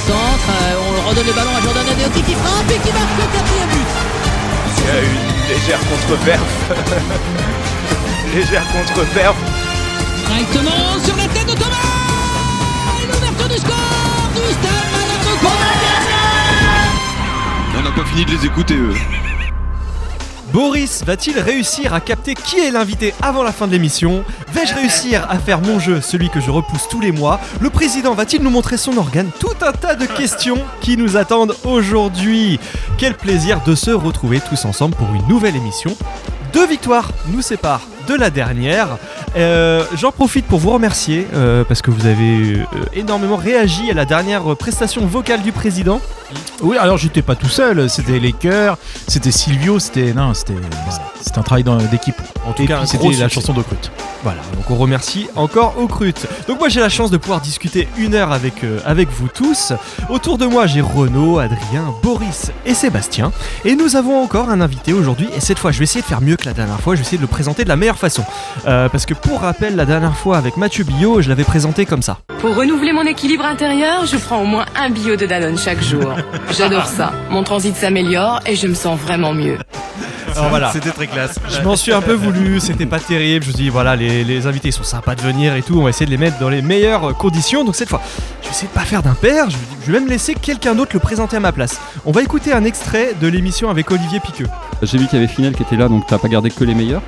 centre, on redonne le ballon à Jordan Adeoti qui frappe et qui marque le 4e but. Il y a une légère contre-perf. Légère contre-perf. Directement sur la tête de Thomas. L'ouverture du score du Stade Malherbe. On n'a pas fini de les écouter eux. Boris va-t-il réussir à capter qui est l'invité avant la fin de l'émission ? Vais-je réussir à faire mon jeu, celui que je repousse tous les mois ? Le président va-t-il nous montrer son organe ? Tout un tas de questions qui nous attendent aujourd'hui. Quel plaisir de se retrouver tous ensemble pour une nouvelle émission. 2 victoires nous séparent de la dernière. J'en profite pour vous remercier parce que vous avez énormément réagi à la dernière prestation vocale du président. Oui, alors j'étais pas tout seul, c'était les chœurs, c'était Silvio, c'était un travail d'équipe. En tout cas, c'était la chanson d'Ocrute. Voilà, donc on remercie encore Ocrute. Donc moi j'ai la chance de pouvoir discuter 1 heure avec vous tous. Autour de moi j'ai Renaud, Adrien, Boris et Sébastien. Et nous avons encore un invité aujourd'hui. Et cette fois je vais essayer de faire mieux que la dernière fois. Je vais essayer de le présenter de la meilleure façon. Parce que pour rappel, la dernière fois avec Mathieu Billot, je l'avais présenté comme ça. Pour renouveler mon équilibre intérieur, je prends au moins un bio de Danone chaque jour. J'adore ça. Mon transit s'améliore et je me sens vraiment mieux. Alors voilà. C'était très classe. Je m'en suis un peu voulu, c'était pas terrible. Je me suis dit, voilà, les invités sont sympas de venir et tout. On va essayer de les mettre dans les meilleures conditions. Donc cette fois, je vais essayer de pas faire d'impair. Je vais même laisser quelqu'un d'autre le présenter à ma place. On va écouter un extrait de l'émission avec Olivier Piqueux. J'ai vu qu'il y avait Finel qui était là, donc t'as pas gardé que les meilleurs.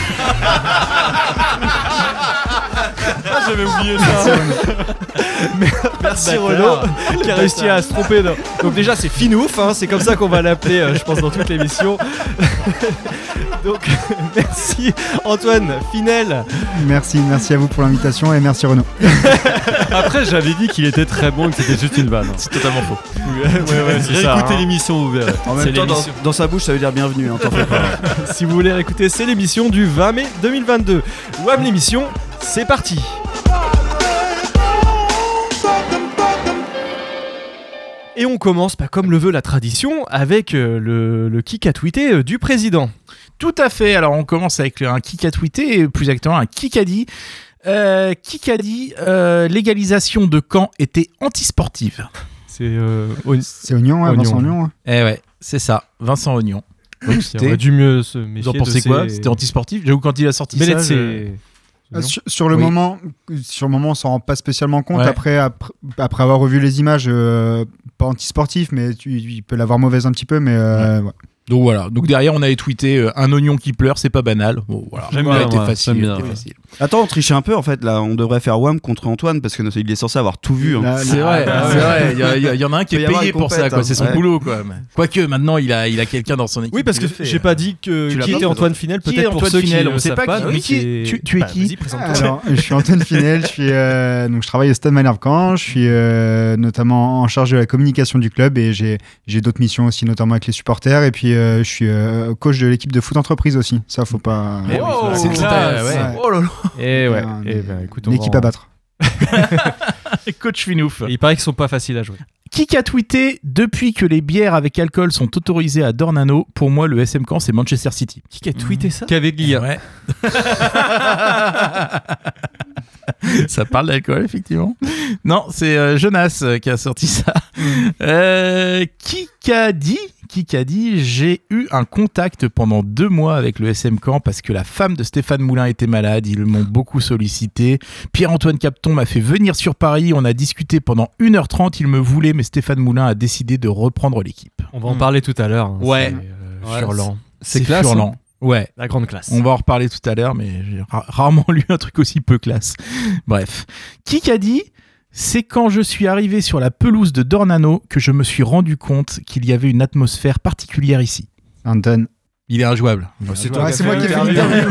J'avais oublié ça. Merci Renaud qui a réussi à se tromper. Donc déjà c'est Finouf, hein, c'est comme ça qu'on va l'appeler, je pense, dans toute l'émission. Donc merci Antoine Finel. Merci à vous pour l'invitation et merci Renaud. Après j'avais dit qu'il était très bon, que c'était juste une vanne. C'est totalement faux. Ouais, c'est ça. Écoutez l'émission, vous verrez. En même temps, dans sa bouche, ça veut dire bienvenue, hein, t'en fais pas. Si vous voulez réécouter, c'est l'émission du 20 mai 2022. WAM l'émission, c'est parti. Et on commence, comme le veut la tradition, avec le kick à tweeter du président. Tout à fait, alors on commence avec un kick à tweeter, et plus exactement un kick a dit. Kick a dit légalisation de Caen était antisportive. C'est Oignon, ouais, Vincent Oignon. Ouais. Eh ouais, c'est ça, Vincent Oignon. Donc, on aurait dû mieux se méfier. Vous en pensez quoi ? C'était antisportif ? J'avoue, quand il a sorti ça... Sur le moment, on s'en rend pas spécialement compte. Ouais. Après avoir revu les images, pas anti-sportif, mais il peut l'avoir mauvaise un petit peu, mais ouais. Donc voilà, donc derrière on avait tweeté un oignon qui pleure, c'est pas banal. Bon, voilà. C'était facile. Attends, on trichait un peu en fait là, on devrait faire WAM contre Antoine parce que il est censé avoir tout vu. Hein. C'est vrai. Il y en a un qui est payé pour ça, quoi. C'est son boulot, quoi. Quoique maintenant il a quelqu'un dans son équipe. Oui, parce que j'ai pas dit qui était Antoine Finel, peut-être pour ceux qui on sait pas. Tu es qui ? Alors, je suis Antoine Finel, donc je travaille au Stade Malherbe Caen, je suis notamment en charge de la communication du club et j'ai d'autres missions aussi, notamment avec les supporters et puis je suis coach de l'équipe de foot entreprise aussi. Ça, faut pas. C'est classe. Oh là là. Et ouais. Écoute, l'équipe à battre. Coach Finouf. Il paraît qu'ils sont pas faciles à jouer. Qui a tweeté depuis que les bières avec alcool sont autorisées à Dornano, pour moi le SM Caen c'est Manchester City. Qui a tweeté ça ? Caveglia. Ouais. Ça parle d'alcool effectivement. Non, c'est Jonas qui a sorti ça. Qui a dit j'ai eu un contact pendant 2 mois avec le SM Caen parce que la femme de Stéphane Moulin était malade, ils m'ont beaucoup sollicité. Pierre-Antoine Capton m'a fait venir sur Paris, on a discuté pendant 1h30, il me voulait mais Stéphane Moulin a décidé de reprendre l'équipe. On va en parler tout à l'heure. Hein. Ouais. Furlant. C'est classe. Furlant. Ouais. La grande classe. On va en reparler tout à l'heure, mais j'ai rarement lu un truc aussi peu classe. Bref. Qui a dit c'est quand je suis arrivé sur la pelouse de Dornano que je me suis rendu compte qu'il y avait une atmosphère particulière ici. Anton. Il est injouable. C'est moi qui ai fait l'interview.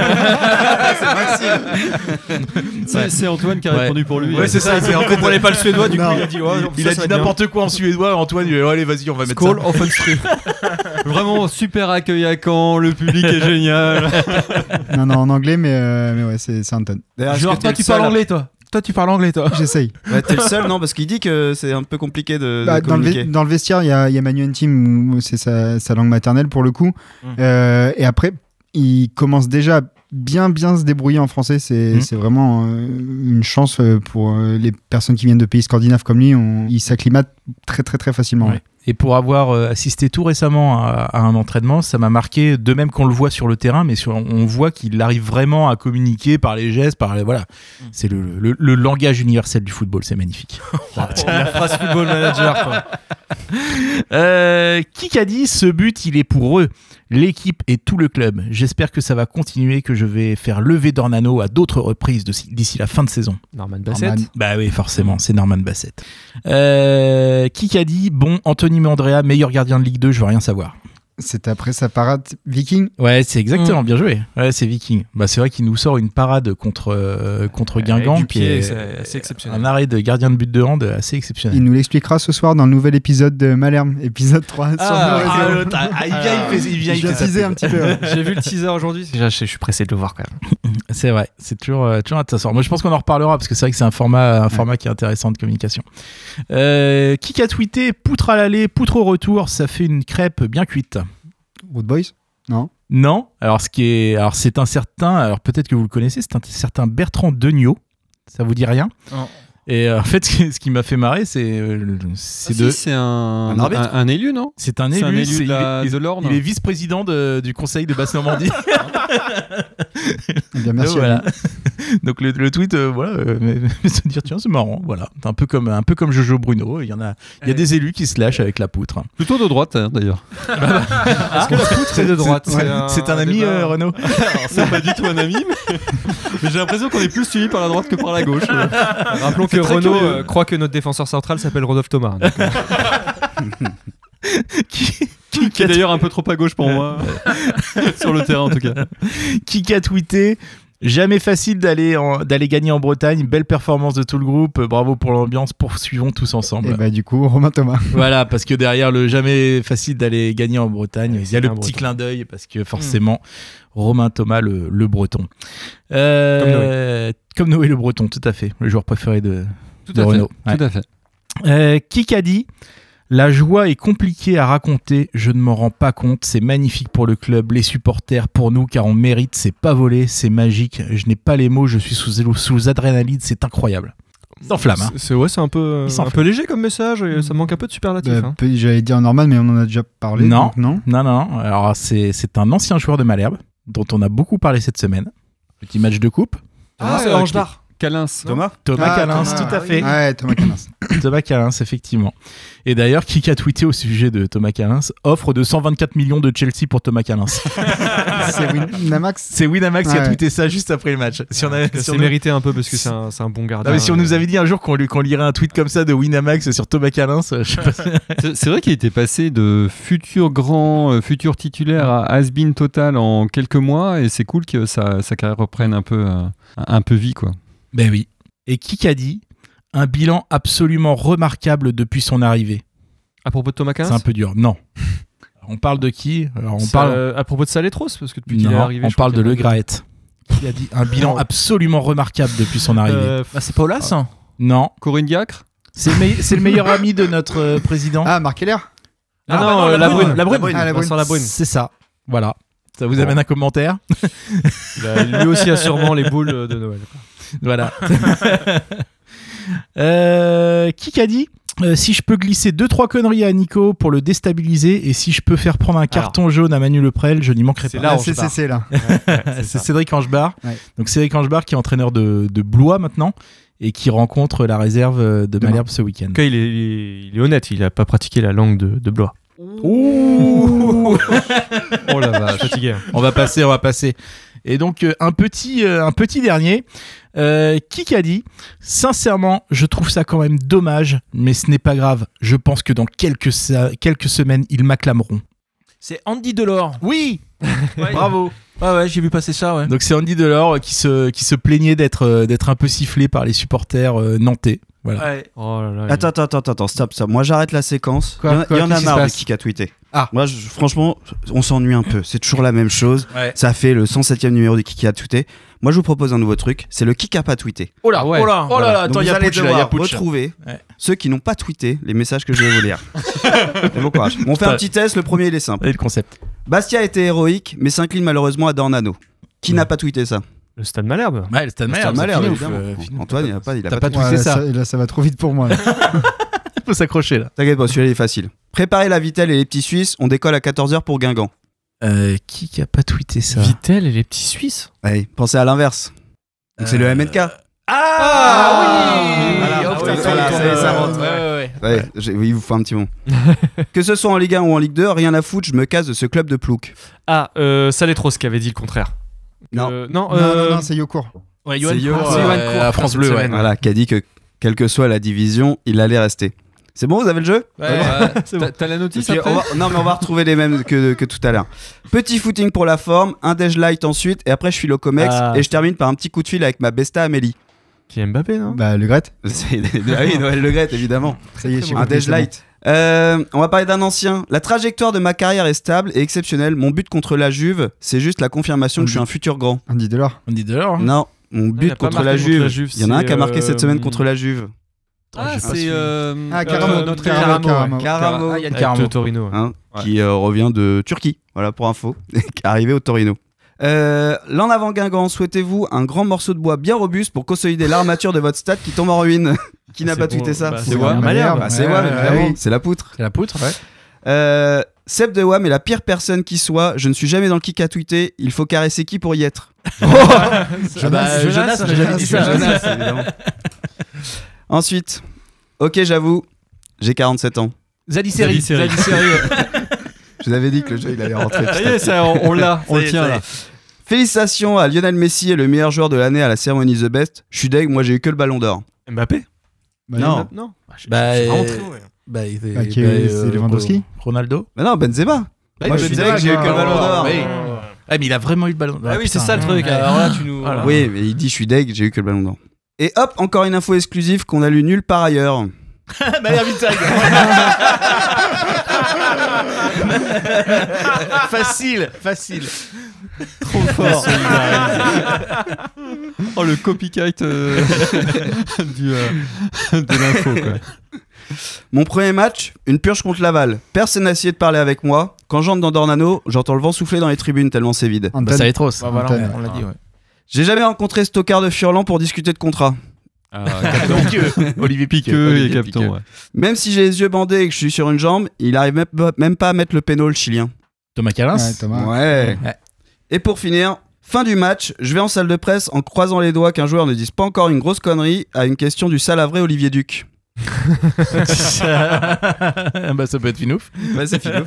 C'est Antoine qui a répondu pour lui. Ouais, c'est ça. Il comprenait pas le suédois, du coup il a dit il a dit n'importe quoi en suédois. Antoine, il a dit allez, vas-y, on va mettre ça. Offenstru. Vraiment super accueil à Caen, le public est génial. Non, en anglais, mais ouais, c'est Anton. Genre, toi, tu parles anglais, toi ? Toi, tu parles anglais, toi. J'essaye. Ouais, t'es le seul, non ? Parce qu'il dit que c'est un peu compliqué de communiquer. Dans le vestiaire, il y a Manu Ntim, où c'est sa langue maternelle pour le coup. Et après, il commence déjà bien se débrouiller en français. C'est vraiment une chance pour les personnes qui viennent de pays scandinaves comme lui. Il s'acclimate très facilement. Ouais. Et pour avoir assisté tout récemment à un entraînement, ça m'a marqué, de même qu'on le voit sur le terrain, mais on voit qu'il arrive vraiment à communiquer par les gestes, voilà. C'est le langage universel du football, c'est magnifique. La phrase football manager, quoi. Qui a dit ce but, il est pour eux, l'équipe et tout le club. J'espère que ça va continuer, que je vais faire lever Dornano à d'autres reprises d'ici la fin de saison. Norman Bassett. Bah oui, forcément, c'est Norman Bassett. Qui a dit bon, Anthony Mandrea, meilleur gardien de Ligue 2, je veux rien savoir. C'est après sa parade Viking. Ouais, c'est exactement, bien joué. Ouais, c'est Viking. Bah, c'est vrai qu'il nous sort une parade contre Guingamp, du qui pied, est c'est assez exceptionnel. un arrêt de gardien de but de hand assez exceptionnel. Il nous l'expliquera ce soir dans le nouvel épisode de Malherbe, épisode 3. Il vient, il fait teaser un petit peu. Ouais. J'ai vu le teaser aujourd'hui. Je suis pressé de le voir quand même. C'est vrai, c'est toujours intéressant. Moi, je pense qu'on en reparlera parce que c'est vrai que c'est un format qui est intéressant de communication. Qui a tweeté poutre à l'aller, poutre au retour, ça fait une crêpe bien cuite. Wood Boys ? Non. Non. Alors c'est un certain. Alors peut-être que vous le connaissez. C'est un certain Bertrand Degnaud. Ça vous dit rien ? Non. Et en fait, ce qui m'a fait marrer, c'est c'est un arbitre, un élu, non ? C'est un élu. C'est un élu de l'Orne. Il est vice-président du conseil de Basse-Normandie. Eh bien, merci. Donc, voilà. Donc le tweet, se dire tiens, c'est marrant. Voilà, un peu comme Jojo Bruno. Il y a des élus qui se lâchent avec la poutre. Plutôt de droite, d'ailleurs. Parce que la poutre est de droite. C'est un ami, Renaud. Alors, c'est pas du tout un ami, mais j'ai l'impression qu'on est plus suivi par la droite que par la gauche. Rappelons que Renaud croit que notre défenseur central s'appelle Rodolphe Thomas. Donc, qui est d'ailleurs un peu trop à gauche pour moi, sur le terrain en tout cas. Qui a tweeté jamais facile d'aller gagner en Bretagne, belle performance de tout le groupe, bravo pour l'ambiance, poursuivons tous ensemble. Et bah du coup, Romain Thomas. Voilà, parce que derrière le jamais facile d'aller gagner en Bretagne, il y a le petit clin d'œil, parce que forcément, Romain Thomas, le Breton. Comme Noé le Breton, tout à fait, le joueur préféré de Renaud. Ouais. Tout à fait. Qui a dit la joie est compliquée à raconter, je ne m'en rends pas compte, c'est magnifique pour le club, les supporters, pour nous, car on mérite, c'est pas volé, c'est magique, je n'ai pas les mots, je suis sous adrénaline, c'est incroyable. Il s'enflamme. Hein. C'est un peu léger comme message, et ça manque un peu de superlatif. J'allais dire Norman, mais on en a déjà parlé. Non, donc non. Non. Alors c'est un ancien joueur de Malherbe, dont on a beaucoup parlé cette semaine. Petit match de coupe. C'est Ange d'Art. Calins. Thomas Calins, tout à fait. Ouais, Thomas Calins. Thomas Calins, effectivement. Et d'ailleurs, qui a tweeté au sujet de Thomas Calins, offre de 124 millions de Chelsea pour Thomas Calins. C'est Winamax. C'est Winamax qui a tweeté ça juste après le match. C'est mérité un peu parce que c'est un bon gardien. Non, mais si on nous avait dit un jour qu'on lirait un tweet comme ça de Winamax sur Thomas Calins, je sais pas. C'est vrai qu'il était passé de futur titulaire à has-been total en quelques mois, et c'est cool que sa carrière reprenne un peu vie, quoi. Ben oui. Et qui a dit un bilan absolument remarquable depuis son arrivée. À propos de Thomas Calins ? C'est un peu dur. Non. On parle de qui ? Alors, on parle à propos de Saletros, parce que depuis qu'il est arrivé, on parle de Le Graët. Qui a dit un bilan absolument remarquable depuis son arrivée. C'est pas Olas ? Non. Corinne Diacre ? C'est le meilleur ami de notre président. Ah, Marc Keller ? Non, la Brune. Vincent La Brune. C'est ça. Voilà. Ça vous amène un commentaire ? Lui aussi a sûrement les boules de Noël. Voilà. Qui a dit si je peux glisser 2-3 conneries à Nico pour le déstabiliser, et si je peux faire prendre un carton jaune à Manu Leprel, je n'y manquerai pas. Là, c'est là. C'est Cédric Angebar. Ouais. Donc Cédric Angebar qui est entraîneur de Blois maintenant et qui rencontre la réserve de Malherbe ce week-end. Okay, il est honnête, il n'a pas pratiqué la langue de Blois. Ouh. Oh la vache, fatigué. On va passer. Et donc un petit dernier. Qui a dit sincèrement, je trouve ça quand même dommage, mais ce n'est pas grave. Je pense que dans quelques semaines, ils m'acclameront. C'est Andy Delors. Oui. Bravo. Ouais, j'ai vu passer ça, ouais. Donc c'est Andy Delors qui se plaignait d'être un peu sifflé par les supporters nantais. Voilà. Ouais. Oh là là, Attends, stop. Moi, j'arrête la séquence. Il y en a Qu'est-ce qui se marre de passe qui a tweeté. Ah. Moi, franchement, on s'ennuie un peu. C'est toujours la même chose. Ouais. Ça fait le 107e numéro de Kiki a tweeté. Moi, je vous propose un nouveau truc. C'est le Kiki a pas tweeté. Oh là, ouais. oh là, Voilà. attends, Donc, il y vous a allez Pouch là, il y a devoir Pouch. retrouver Ouais. ceux qui n'ont pas tweeté les messages que je vais vous lire. Et bon courage. On fait un petit test. Le premier, il est simple. Et le concept. Bastia était héroïque, mais s'incline malheureusement à Dornano. Qui n'a pas tweeté ça? Le Stade Malherbe. Ouais, le Stade Stade Malherbe, Malherbe, fini, évidemment. fini. Antoine, il a pas T'as pas tweeté. tweeté ça. Là, ça va trop vite pour moi. là. Faut s'accrocher là. T'inquiète pas, celui-là il est facile. Préparez la Vitelle et les petits Suisses, on décolle à 14h pour Guingamp. Qui a pas tweeté ça? Vittel et les petits Suisses. Allez, pensez à l'inverse. Donc c'est le MNK. Ah Voilà. Oh, putain, Voilà, ça ça y est, ça rentre. rentre. Ouais. Ouais, oui, il vous faut un petit moment. Que ce soit en Ligue 1 ou en Ligue 2, rien à foutre, je me casse de ce club de plouc. Ah, Saletros qui avait dit le contraire. Non. Non, Non, c'est Yokour. Ouais, C'est Johan Cour, Cour, à France cette Bleu, ouais. semaine. Voilà, qui a dit que quelle que soit la division, il allait rester. C'est bon, vous avez le jeu? T'as la notice Puis, après non, mais on va retrouver les mêmes que tout à l'heure. Petit footing pour la forme, un déj light ensuite, et après je file au Comex, et je termine par un petit coup de fil avec ma besta Amélie. Qui est Mbappé, non? Bah, Le Gret. Ah oui, Noël Le Gret, évidemment. Ça y est, j'ai Un compris, déj c'est bon. light. On va parler d'un ancien. La trajectoire de ma carrière est stable et exceptionnelle. Mon but contre la Juve, c'est juste la confirmation que je suis un futur grand. Andy Delors. On dit de l'or. Non, mon il but a pas contre marqué la contre la Juve. Juve, Il y en a un c'est, qui a marqué cette semaine contre la Juve. Ah, j'ai pas c'est suivi. Caramo. notre Caramo. Caramo. Ah, il y a le Avec Caramo. le Torino. Hein, qui revient de Turquie. Voilà pour info. Qui est arrivé au Torino. L'en avant Guingamp, souhaitez-vous un grand morceau de bois bien robuste pour consolider l'armature de votre stade qui tombe en ruine? Qui n'a C'est pas bon, tweeté ça? bah, C'est c'est WAM. Malherbe. Bah, c'est Ouais, WAM, ouais, évidemment. oui. C'est la poutre. C'est la poutre, ouais. Seb de WAM est la pire personne qui soit. Je ne suis jamais dans le kick à tweeter. Il faut caresser qui pour y être? Jonas n'a jamais dit ça. Jonas, évidemment. Ensuite, ok, j'avoue, j'ai 47 ans. Zadisseri. Je vous avais dit que le jeu il allait rentrer. Ça y est, ça, on l'a, on le tient là. Félicitations à Lionel Messi et le meilleur joueur de l'année à la cérémonie The Best. Je suis deg, moi j'ai eu que le ballon d'or. Mbappé? Bah, Non. Non. Bah, C'est vraiment très haut, ouais. c'est Lewandowski. Ronaldo. Mais non, Benzema. Moi je suis deg, j'ai eu que le ballon d'or. Oui. Ah, mais il a vraiment eu le ballon. Ah oui, c'est ça le truc. Ouais. Alors là, tu nous. Voilà. Oui, mais il dit je suis deg, j'ai eu que le ballon d'or. Et hop, encore une info exclusive qu'on a lu nulle part ailleurs. Malherbe Vittel. Facile. Trop fort. Oh, le copycat de l'info, quoi. Mon premier match, une purge contre Laval. Personne n'a essayé de parler avec moi. Quand j'entre dans Dornano, j'entends le vent souffler dans les tribunes tellement c'est vide. Bah, ça va être trop. Bah, voilà, on l'a dit, ouais. J'ai jamais rencontré ce tocard de Furlan pour discuter de contrat. Olivier Piqueux et Piqueux. Capton, ouais. Même si j'ai les yeux bandés et que je suis sur une jambe, il arrive même pas à mettre le péno, le chilien. Thomas Calins. Ouais, Thomas. Ouais. Et pour finir, fin du match, je vais en salle de presse en croisant les doigts qu'un joueur ne dise pas encore une grosse connerie à une question du salavray Olivier Duc. Bah, ça peut être Finouf. Bah, c'est Philippe.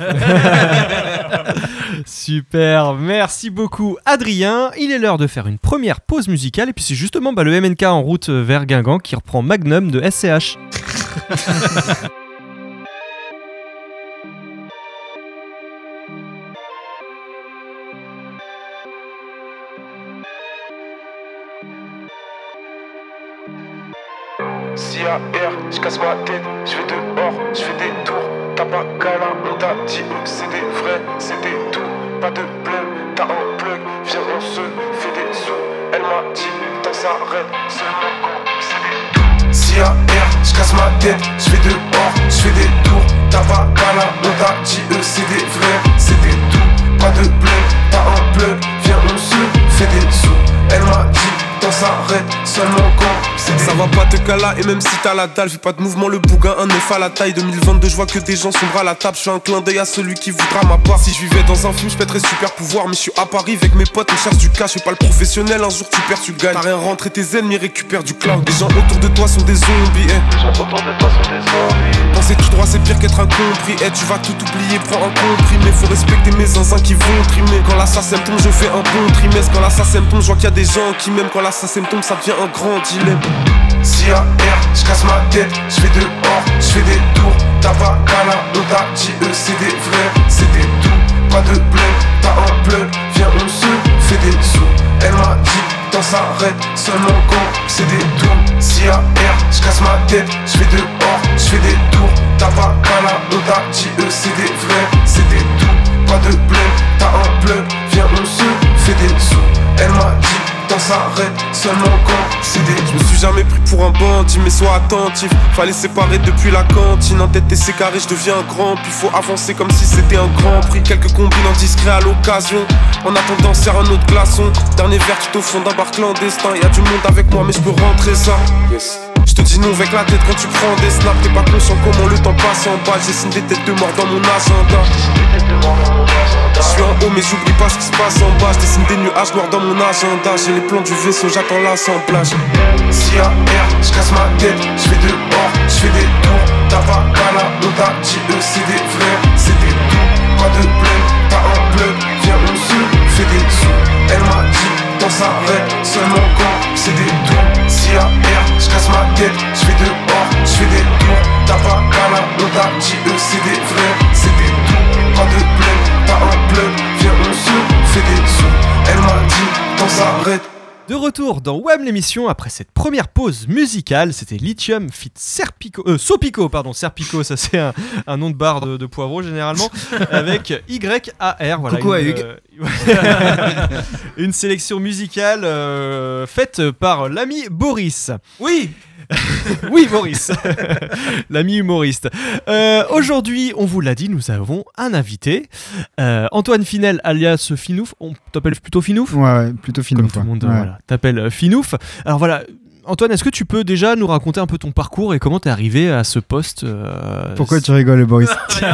Super, merci beaucoup Adrien. Il est l'heure de faire une première pause musicale et puis c'est justement le MNK en route vers Guingamp qui reprend Magnum de SCH. Si à R, je casse ma tête, je vais dehors, je fais des tours. T'as pas câlin, on t'a dit c'est des vrais, c'est des tout. Pas de blême, t'as un plug, viens on se fait des sous. Elle m'a dit, tant ça s'arrête, seulement quand c'est des tout. Si à R, je casse ma tête, je vais dehors, je fais des tours. T'as pas câlin, on t'a dit c'est des vrais, c'est des tout. Pas de blême, t'as un plug, viens on se fait des sous. Elle m'a dit, tant ça s'arrête, seulement quand c'est des. Ça va pas te caler et même si t'as la dalle, fais pas de mouvement le bougain, un œuf à la taille. 2022, je vois que des gens sombrent à la table. Je fais un clin d'œil à celui qui voudra ma part. Si je vivais dans un film, je pèterais super pouvoir. Mais je suis à Paris avec mes potes, on cherche du cash. Je suis pas le professionnel, un jour tu perds, tu gagnes. T'as rien rentré, tes ennemis récupèrent du cloud. Les gens autour de toi sont des zombies, Les gens autour de toi sont des zombies. Penser tout droit, c'est pire qu'être incompris. Tu vas tout oublier, prends un comprimé. Faut respecter mes zinzins qui vont trimer. Quand l'assassin tombe, je fais un bon trimestre. Quand l'assassin tombe, je vois qu'il y a des gens qui m'aiment. Quand l'assassin tombe, ça devient un grand dilemme. Si à R, je casse ma tête, je vais dehors, je fais des tours. T'as pas câlin, on t'a dit c'est des vrais, c'est des tout. Pas de blême, t'as un plug, viens on se fait des sous. Elle m'a dit, tant ça s'arrête, seulement quand c'est des tours. Si à R, je casse ma tête, je vais dehors, je fais des tours. T'as pas câlin, on t'a dit c'est des vrais, c'est des tout. Pas de blême, t'as un plug, viens on se fait des sous. Elle m'a dit, tant ça s'arrête, seulement quand c'est des. Je me suis suis jamais pris pour un bandit, mais sois attentif. Fallait séparer depuis la cantine. En tête et c'est carré, je deviens grand. Puis faut avancer comme si c'était un grand prix. Quelques combines indiscrets à l'occasion. En attendant, serre un autre glaçon. Dernier verre tout au fond d'un bar clandestin. Y'a du monde avec moi, mais je peux rentrer ça. Yes. Je te dis non avec la tête quand tu prends des snaps. T'es pas conscient comment le temps passe en bas. J'ai signé des têtes de mort dans mon agenda. Je suis en haut mais j'oublie pas ce qui se passe en bas. Je dessine des nuages noirs dans mon agenda. J'ai les plans du vaisseau, j'attends l'assemblage. Si à R, je casse ma tête, je vais dehors, je fais des tours. T'as pas qu'à la on t'a dit c'est des vrais, c'est des tours. Pas de blême, t'as un bleu, viens on se fait des sous. Elle m'a dit, on s'arrête, seulement quand c'est des tours. Si à R, je casse ma tête, je vais dehors, je fais des tours. T'as pas qu'à la on t'a dit c'est des vrais, c'est des tours. Pas de blême, t'as un bleu, viens on se fait des sous. Elle m'a dit, on s'arrête. De retour dans WAM l'émission après cette première pause musicale, c'était Lithium fit Sopico, pardon, Serpico, ça c'est un nom de bar de poivreau généralement, avec YAR, voilà. Coucou à Hugues. Une sélection musicale faite par l'ami Boris. Oui. Oui, Boris, l'ami humoriste. Aujourd'hui, on vous l'a dit, nous avons un invité, Antoine Finel, alias Finouf. On t'appelle plutôt Finouf ? Ouais, plutôt Finouf. Comme tout le monde, ouais. voilà, t'appelles Finouf. Alors voilà, Antoine, est-ce que tu peux déjà nous raconter un peu ton parcours et comment t'es arrivé à ce poste Pourquoi tu rigoles, Boris?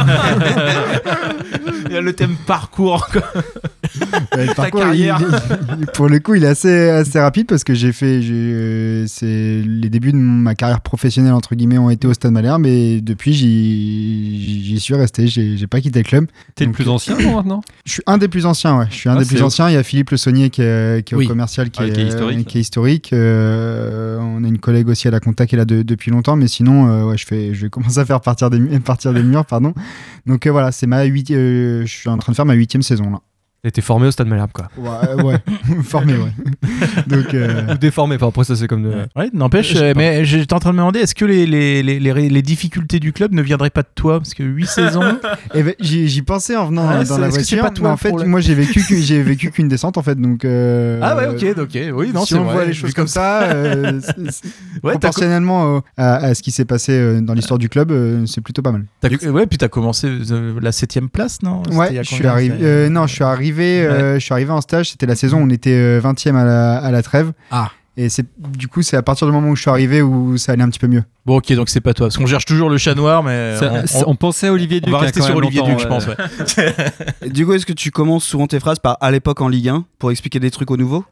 Il y a le thème parcours. Ouais, le parcours, carrière. Pour le coup, il est assez rapide parce que c'est les débuts de ma carrière professionnelle entre guillemets ont été au Stade Malherbe et depuis j'y suis resté. J'ai pas quitté le club. T'es le plus ancien non, maintenant? Je suis un des plus anciens, ouais. Je suis un des plus anciens. Il y a Philippe Le Saunier qui est au commercial, qui est historique. On a une collègue aussi à la compta qui est là depuis longtemps, mais sinon, ouais, je vais commencer à faire partir des murs, pardon. Donc voilà, c'est je suis en train de faire ma 8e saison là. T'es formé au Stade Malherbe, quoi. Ouais, formé, ouais. Donc, ou déformé, enfin, après ça c'est comme... Ouais, n'empêche, mais j'étais en train de me demander, est-ce que les difficultés du club ne viendraient pas de toi? Parce que 8 saisons... Eh ben, j'y pensais en venant dans la voiture, pas toi, mais en fait, moi j'ai vécu qu'une descente, en fait, donc... Ah ouais, ok, oui, non, si c'est on vrai. voit les choses comme ça, ouais, proportionnellement à ce qui s'est passé dans l'histoire du club, c'est plutôt pas mal. Ouais, puis t'as commencé la 7ème place, non? Ouais, je suis arrivé en stage, c'était la saison où on était 20e à la trêve. Ah. Et c'est à partir du moment où je suis arrivé où ça allait un petit peu mieux. Bon, ok, donc c'est pas toi. Parce qu'on cherche toujours le chat noir, mais on pensait à Olivier Duc. On va rester sur Olivier Duc, je pense. Ouais. Du coup, est-ce que tu commences souvent tes phrases par à l'époque en Ligue 1 pour expliquer des trucs aux nouveaux?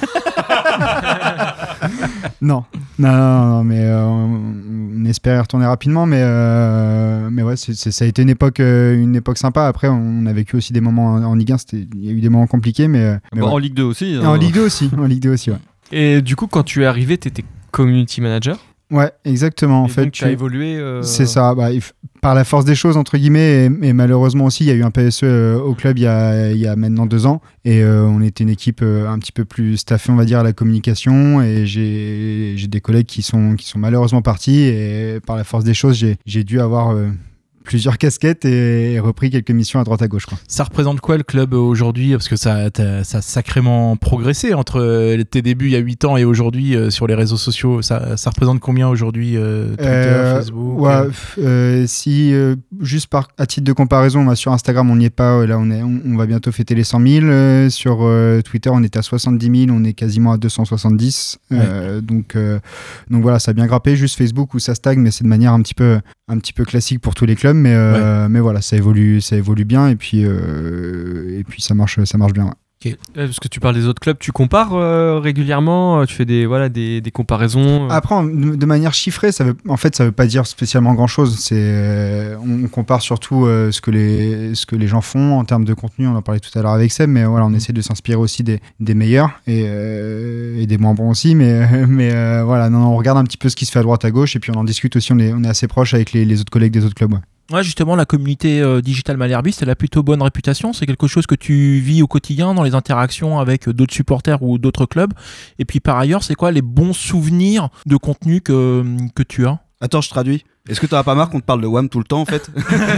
Non, mais on espère y retourner rapidement, mais ouais, ça a été une époque sympa. Après, on a vécu aussi des moments en Ligue 1, il y a eu des moments compliqués, mais ouais. En Ligue 2 aussi. En Ligue 2 aussi, ouais. Et du coup, quand tu es arrivé, t'étais community manager? Ouais, exactement. En fait, donc, tu as évolué. C'est ça. Par la force des choses entre guillemets, et malheureusement aussi, il y a eu un PSE au club il y a maintenant 2 ans, et on était une équipe un petit peu plus staffée, on va dire, à la communication. Et j'ai des collègues qui sont malheureusement partis, et par la force des choses, j'ai dû avoir plusieurs casquettes et repris quelques missions à droite à gauche, quoi. Ça représente quoi le club aujourd'hui? Parce que ça a sacrément progressé entre tes débuts il y a 8 ans et aujourd'hui sur les réseaux sociaux. Ça représente combien aujourd'hui? Twitter, Facebook? Si juste à titre de comparaison, sur Instagram on n'y est pas, là on va bientôt fêter les 100 000, sur Twitter on est à 70 000, on est quasiment à 270, donc voilà, ça a bien grimpé. Juste Facebook où ça stagne, mais c'est de manière un petit peu classique pour tous les clubs, mais voilà, ça évolue bien, et puis ça marche bien, ouais. Okay. Parce que tu parles des autres clubs, tu compares régulièrement, tu fais des comparaisons. Après, de manière chiffrée, ça veut pas dire spécialement grand chose. On compare surtout ce que les gens font en termes de contenu. On en parlait tout à l'heure avec Seb, mais voilà, on essaie de s'inspirer aussi des meilleurs et des moins bons aussi. Mais voilà, on regarde un petit peu ce qui se fait à droite à gauche, et puis on en discute aussi. On est assez proche avec les autres collègues des autres clubs. Ouais. Ouais, justement, la communauté digitale malherbiste, elle a plutôt bonne réputation. C'est quelque chose que tu vis au quotidien dans les interactions avec d'autres supporters ou d'autres clubs. Et puis par ailleurs, c'est quoi les bons souvenirs de contenu que tu as? Attends, je traduis. Est-ce que t'en as pas marre qu'on te parle de WAM tout le temps en fait?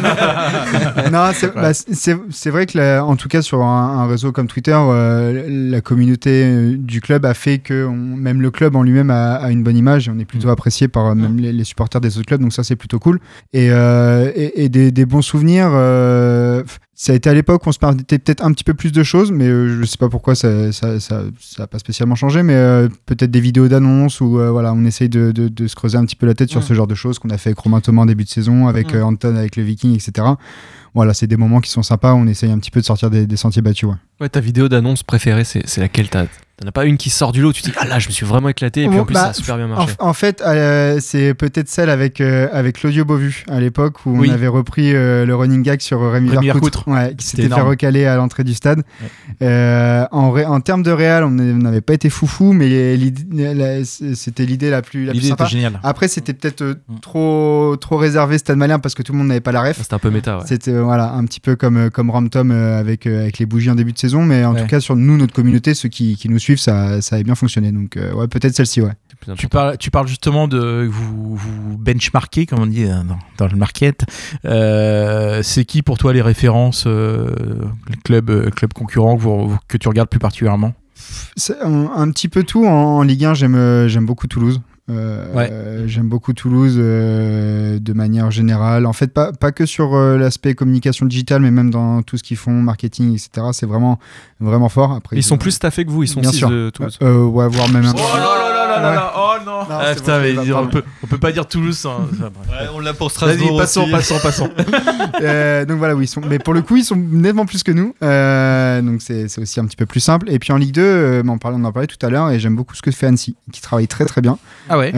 Non, c'est vrai que en tout cas sur un réseau comme Twitter, la communauté du club a fait que même le club en lui-même a une bonne image et on est plutôt apprécié par même les supporters des autres clubs, donc ça c'est plutôt cool. Et des bons souvenirs. Ça a été à l'époque où on se permettait peut-être un petit peu plus de choses, mais je sais pas pourquoi ça a pas spécialement changé, mais peut-être des vidéos d'annonces où voilà, on essaye de se creuser un petit peu la tête sur ce genre de choses qu'on a fait avec Romain Thomas en début de saison, avec Anton, avec le Viking, etc. Voilà, c'est des moments qui sont sympas, on essaye un petit peu de sortir des sentiers battus. Ouais, ta vidéo d'annonce préférée, c'est laquelle? T'en as pas une qui sort du lot, tu te dis ah là je me suis vraiment éclaté et puis en plus ça a super bien marché. En fait c'est peut-être celle avec Claudio Beauvu à l'époque où on avait repris le running gag sur Rémi Vercoutre, qui s'était fait recaler à l'entrée du stade. En termes de réal on n'avait pas été foufou, mais c'était l'idée la plus sympa. Était géniale. Après c'était peut-être trop réservé Stade Malherbe parce que tout le monde n'avait pas la ref. C'était un peu méta. C'était voilà un petit peu comme Ramtom avec les bougies en début de saison, mais en tout cas sur notre communauté, ceux qui nous suivent, ça avait bien fonctionné, donc peut-être celle-ci. Tu parles justement de vous benchmarker, comme on dit dans le market. C'est qui pour toi les références clubs concurrents que tu regardes plus particulièrement? C'est un petit peu tout. En Ligue 1 j'aime beaucoup Toulouse. J'aime beaucoup Toulouse de manière générale. En fait, pas que sur l'aspect communication digitale, mais même dans tout ce qu'ils font, marketing, etc. C'est vraiment, vraiment fort. Après, ils sont plus staffés que vous, ils sont 6 de Toulouse. Voire même un peu. Oh non. Putain, mais on peut pas dire Toulouse. On l'a pour Strasbourg. Vas-y, passons. Donc voilà, oui, mais pour le coup, ils sont nettement plus que nous. Donc c'est aussi un petit peu plus simple. Et puis en Ligue 2, on en parlait tout à l'heure, et j'aime beaucoup ce que fait Annecy, qui travaille très très bien. Ah ouais.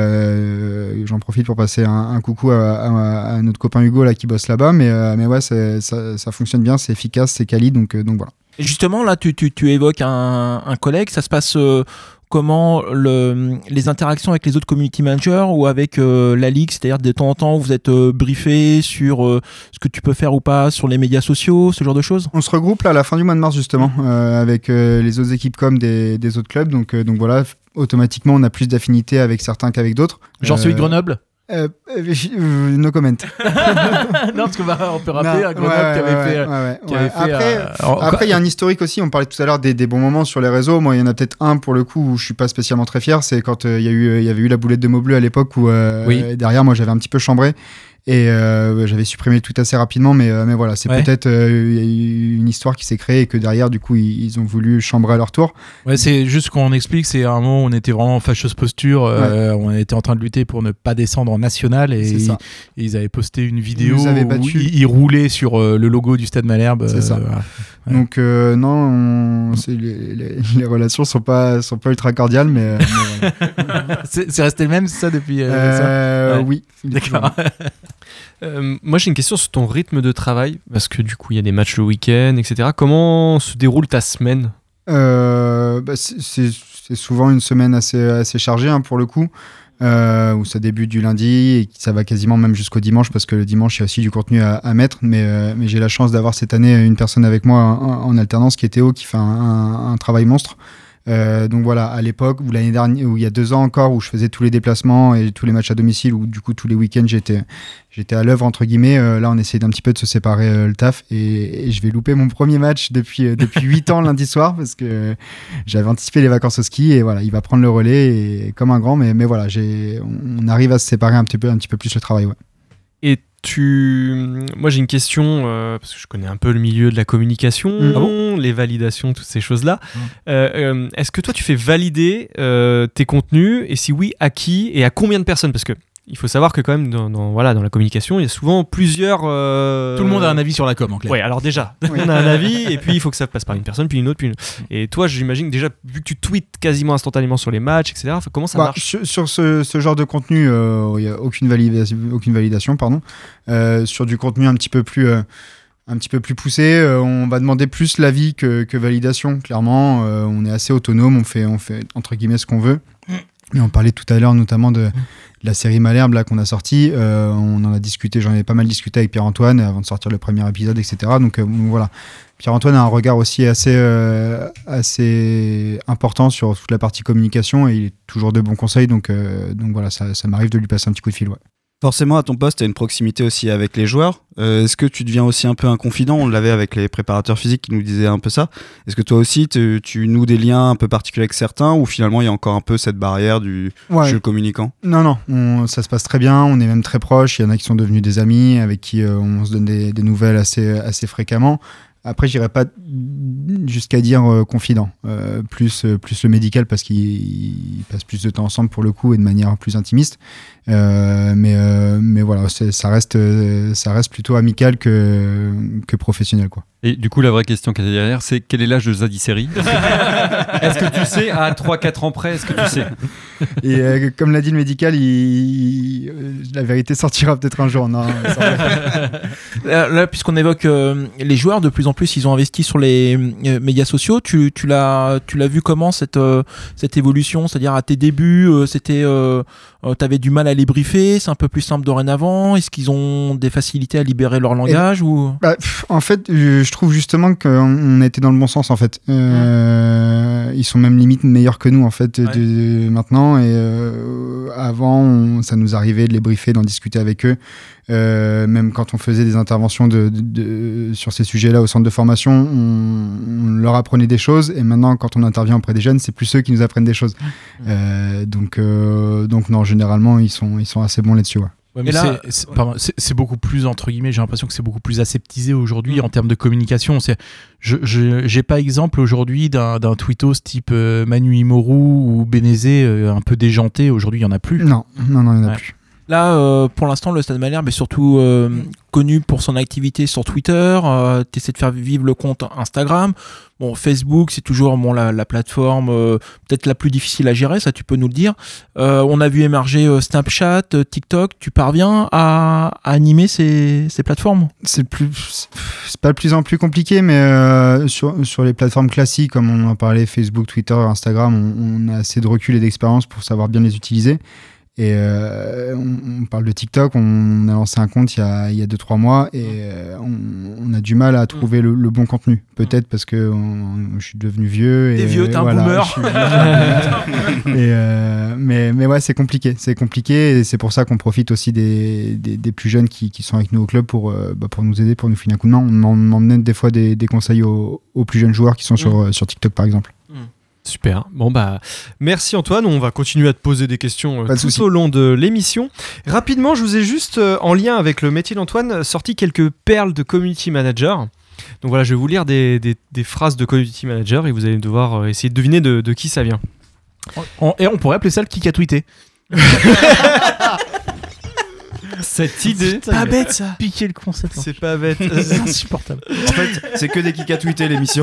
J'en profite pour passer un coucou à notre copain Hugo là qui bosse là-bas, mais ouais, ça fonctionne bien, c'est efficace, c'est quali, donc voilà. Et justement là, tu évoques un collègue, ça se passe comment les interactions avec les autres community managers ou avec la ligue, c'est-à-dire de temps en temps vous êtes briefé sur ce que tu peux faire ou pas sur les médias sociaux, ce genre de choses? On se regroupe là à la fin du mois de mars justement avec les autres équipes com des autres clubs, donc voilà, automatiquement on a plus d'affinité avec certains qu'avec d'autres. Genre celui de Grenoble? No comment. Non, parce qu'on peut rappeler à Grenoble qui avait fait. Après, il y a un historique aussi. On parlait tout à l'heure des bons moments sur les réseaux. Moi, il y en a peut-être un pour le coup où je suis pas spécialement très fier. C'est quand il y avait eu la boulette de Maubleu à l'époque où derrière moi j'avais un petit peu chambré. Et j'avais supprimé tout assez rapidement, mais voilà, c'est peut-être y a eu une histoire qui s'est créée et que derrière, du coup, ils ont voulu chambrer à leur tour. Ouais, c'est juste qu'on explique, c'est un moment où on était vraiment en fâcheuse posture, on était en train de lutter pour ne pas descendre en national et ils avaient posté une vidéo où ils roulaient sur le logo du Stade Malherbe. C'est ça. Voilà. Donc non, les relations sont pas ultra cordiales, mais voilà. c'est resté le même, ça, depuis Oui. D'accord. Moi j'ai une question sur ton rythme de travail, parce que du coup il y a des matchs le week-end, etc. Comment se déroule ta semaine? C'est souvent une semaine assez chargée pour le coup, où ça débute du lundi et ça va quasiment même jusqu'au dimanche, parce que le dimanche il y a aussi du contenu à mettre, mais j'ai la chance d'avoir cette année une personne avec moi en alternance qui est Théo, qui fait un travail monstre. Donc voilà, à l'époque, ou l'année dernière, ou il y a 2 ans encore, où je faisais tous les déplacements et tous les matchs à domicile, où du coup tous les week-ends j'étais à l'œuvre entre guillemets. Là on essaie d'un petit peu de se séparer le taf, et je vais louper mon premier match depuis 8 ans lundi soir, parce que j'avais anticipé les vacances au ski, et voilà, il va prendre le relais et, comme un grand, mais voilà, on arrive à se séparer un petit peu plus le travail. Et moi j'ai une question, parce que je connais un peu le milieu de la communication, les validations, toutes ces choses-là. Est-ce que toi tu fais valider tes contenus, et si oui, à qui et à combien de personnes? Parce que il faut savoir que quand même dans la communication, il y a souvent plusieurs... Tout le monde a un avis sur la com, en clair. Ouais, alors déjà, on a un avis, et puis il faut que ça passe par une personne, puis une autre, puis une autre. Et toi, j'imagine déjà, vu que tu tweets quasiment instantanément sur les matchs, etc., comment ça marche? Sur ce genre de contenu, il n'y a aucune validation. Sur du contenu un petit peu plus poussé, on va demander plus l'avis que validation. Clairement, on est assez autonome, on fait entre guillemets ce qu'on veut. Et on parlait tout à l'heure notamment de la série Malherbe là qu'on a sortie. On en a discuté, j'en avais pas mal discuté avec Pierre-Antoine avant de sortir le premier épisode, etc. Donc voilà. Pierre-Antoine a un regard aussi assez important sur toute la partie communication, et il est toujours de bons conseils. Donc voilà, ça m'arrive de lui passer un petit coup de fil. Ouais. Forcément, à ton poste, tu as une proximité aussi avec les joueurs. Est-ce que tu deviens aussi un peu un confident ? On l'avait avec les préparateurs physiques qui nous disaient un peu ça. Est-ce que toi aussi, tu noues des liens un peu particuliers avec certains ou finalement, il y a encore un peu cette barrière du jeu communicant ? Non, ça se passe très bien. On est même très proches. Il y en a qui sont devenus des amis avec qui on se donne des nouvelles assez fréquemment. Après, j'irais pas jusqu'à dire confident, plus le médical parce qu'ils passent plus de temps ensemble pour le coup et de manière plus intimiste. Mais voilà, ça reste plutôt amical que professionnel, quoi. Et du coup, la vraie question qu'il y a derrière, c'est quel est l'âge de Zadie Seri ? Est-ce que tu sais, à 3-4 ans près, est-ce que tu sais ? Et comme l'a dit le médical, la vérité sortira peut-être un jour. Non, là, puisqu'on évoque les joueurs, de plus en plus, ils ont investi sur les médias sociaux. Tu l'as vu comment cette évolution ? C'est-à-dire à tes débuts, t'avais du mal à les briefer, c'est un peu plus simple dorénavant. Est-ce qu'ils ont des facilités à libérer leur langage ou... En fait, je trouve justement qu'on a été dans le bon sens en fait. Ils sont même limite meilleurs que nous en fait maintenant. Et avant, ça nous arrivait de les briefer, d'en discuter avec eux. Même quand on faisait des interventions sur ces sujets-là au centre de formation, on leur apprenait des choses. Et maintenant, quand on intervient auprès des jeunes, c'est plus eux qui nous apprennent des choses. Donc non, généralement, ils sont assez bons là-dessus. Ouais. Ouais, mais là, c'est beaucoup plus, entre guillemets, j'ai l'impression que c'est beaucoup plus aseptisé aujourd'hui en termes de communication. J'ai pas exemple aujourd'hui d'un tweetos type Manu Imoru ou Bénézé un peu déjanté. Aujourd'hui, il y en a plus. Non, il y en a plus. Là, pour l'instant, le Stade Malherbe est surtout connu pour son activité sur Twitter. Tu essaies de faire vivre le compte Instagram. Bon, Facebook, c'est toujours la plateforme peut-être la plus difficile à gérer, ça tu peux nous le dire. On a vu émerger Snapchat, TikTok. Tu parviens à animer ces plateformes ? C'est pas de plus en plus compliqué, mais sur les plateformes classiques, comme on en parlait, Facebook, Twitter, Instagram, on a assez de recul et d'expérience pour savoir bien les utiliser. Et on parle de TikTok, on a lancé un compte il y a 2-3 mois et on a du mal à trouver le bon contenu. Peut-être parce que je suis devenu vieux. T'es vieux, t'es un boomer. Mais ouais, c'est compliqué et c'est pour ça qu'on profite aussi des plus jeunes qui sont avec nous au club pour nous aider, pour nous filer un coup de main. On emmène des fois des conseils aux plus jeunes joueurs qui sont sur TikTok par exemple. Super. Bon merci Antoine. On va continuer à te poser des questions tout au long de l'émission. Rapidement, je vous ai juste, en lien avec le métier d'Antoine, sorti quelques perles de community manager. Donc voilà, je vais vous lire des phrases de community manager et vous allez devoir essayer de deviner de qui ça vient. Et on pourrait appeler ça le kick à tweeter. Cette idée, c'est pas bête ça. Piquer le concept. C'est pas bête. C'est insupportable. En fait, c'est que des kicks à tweeter l'émission.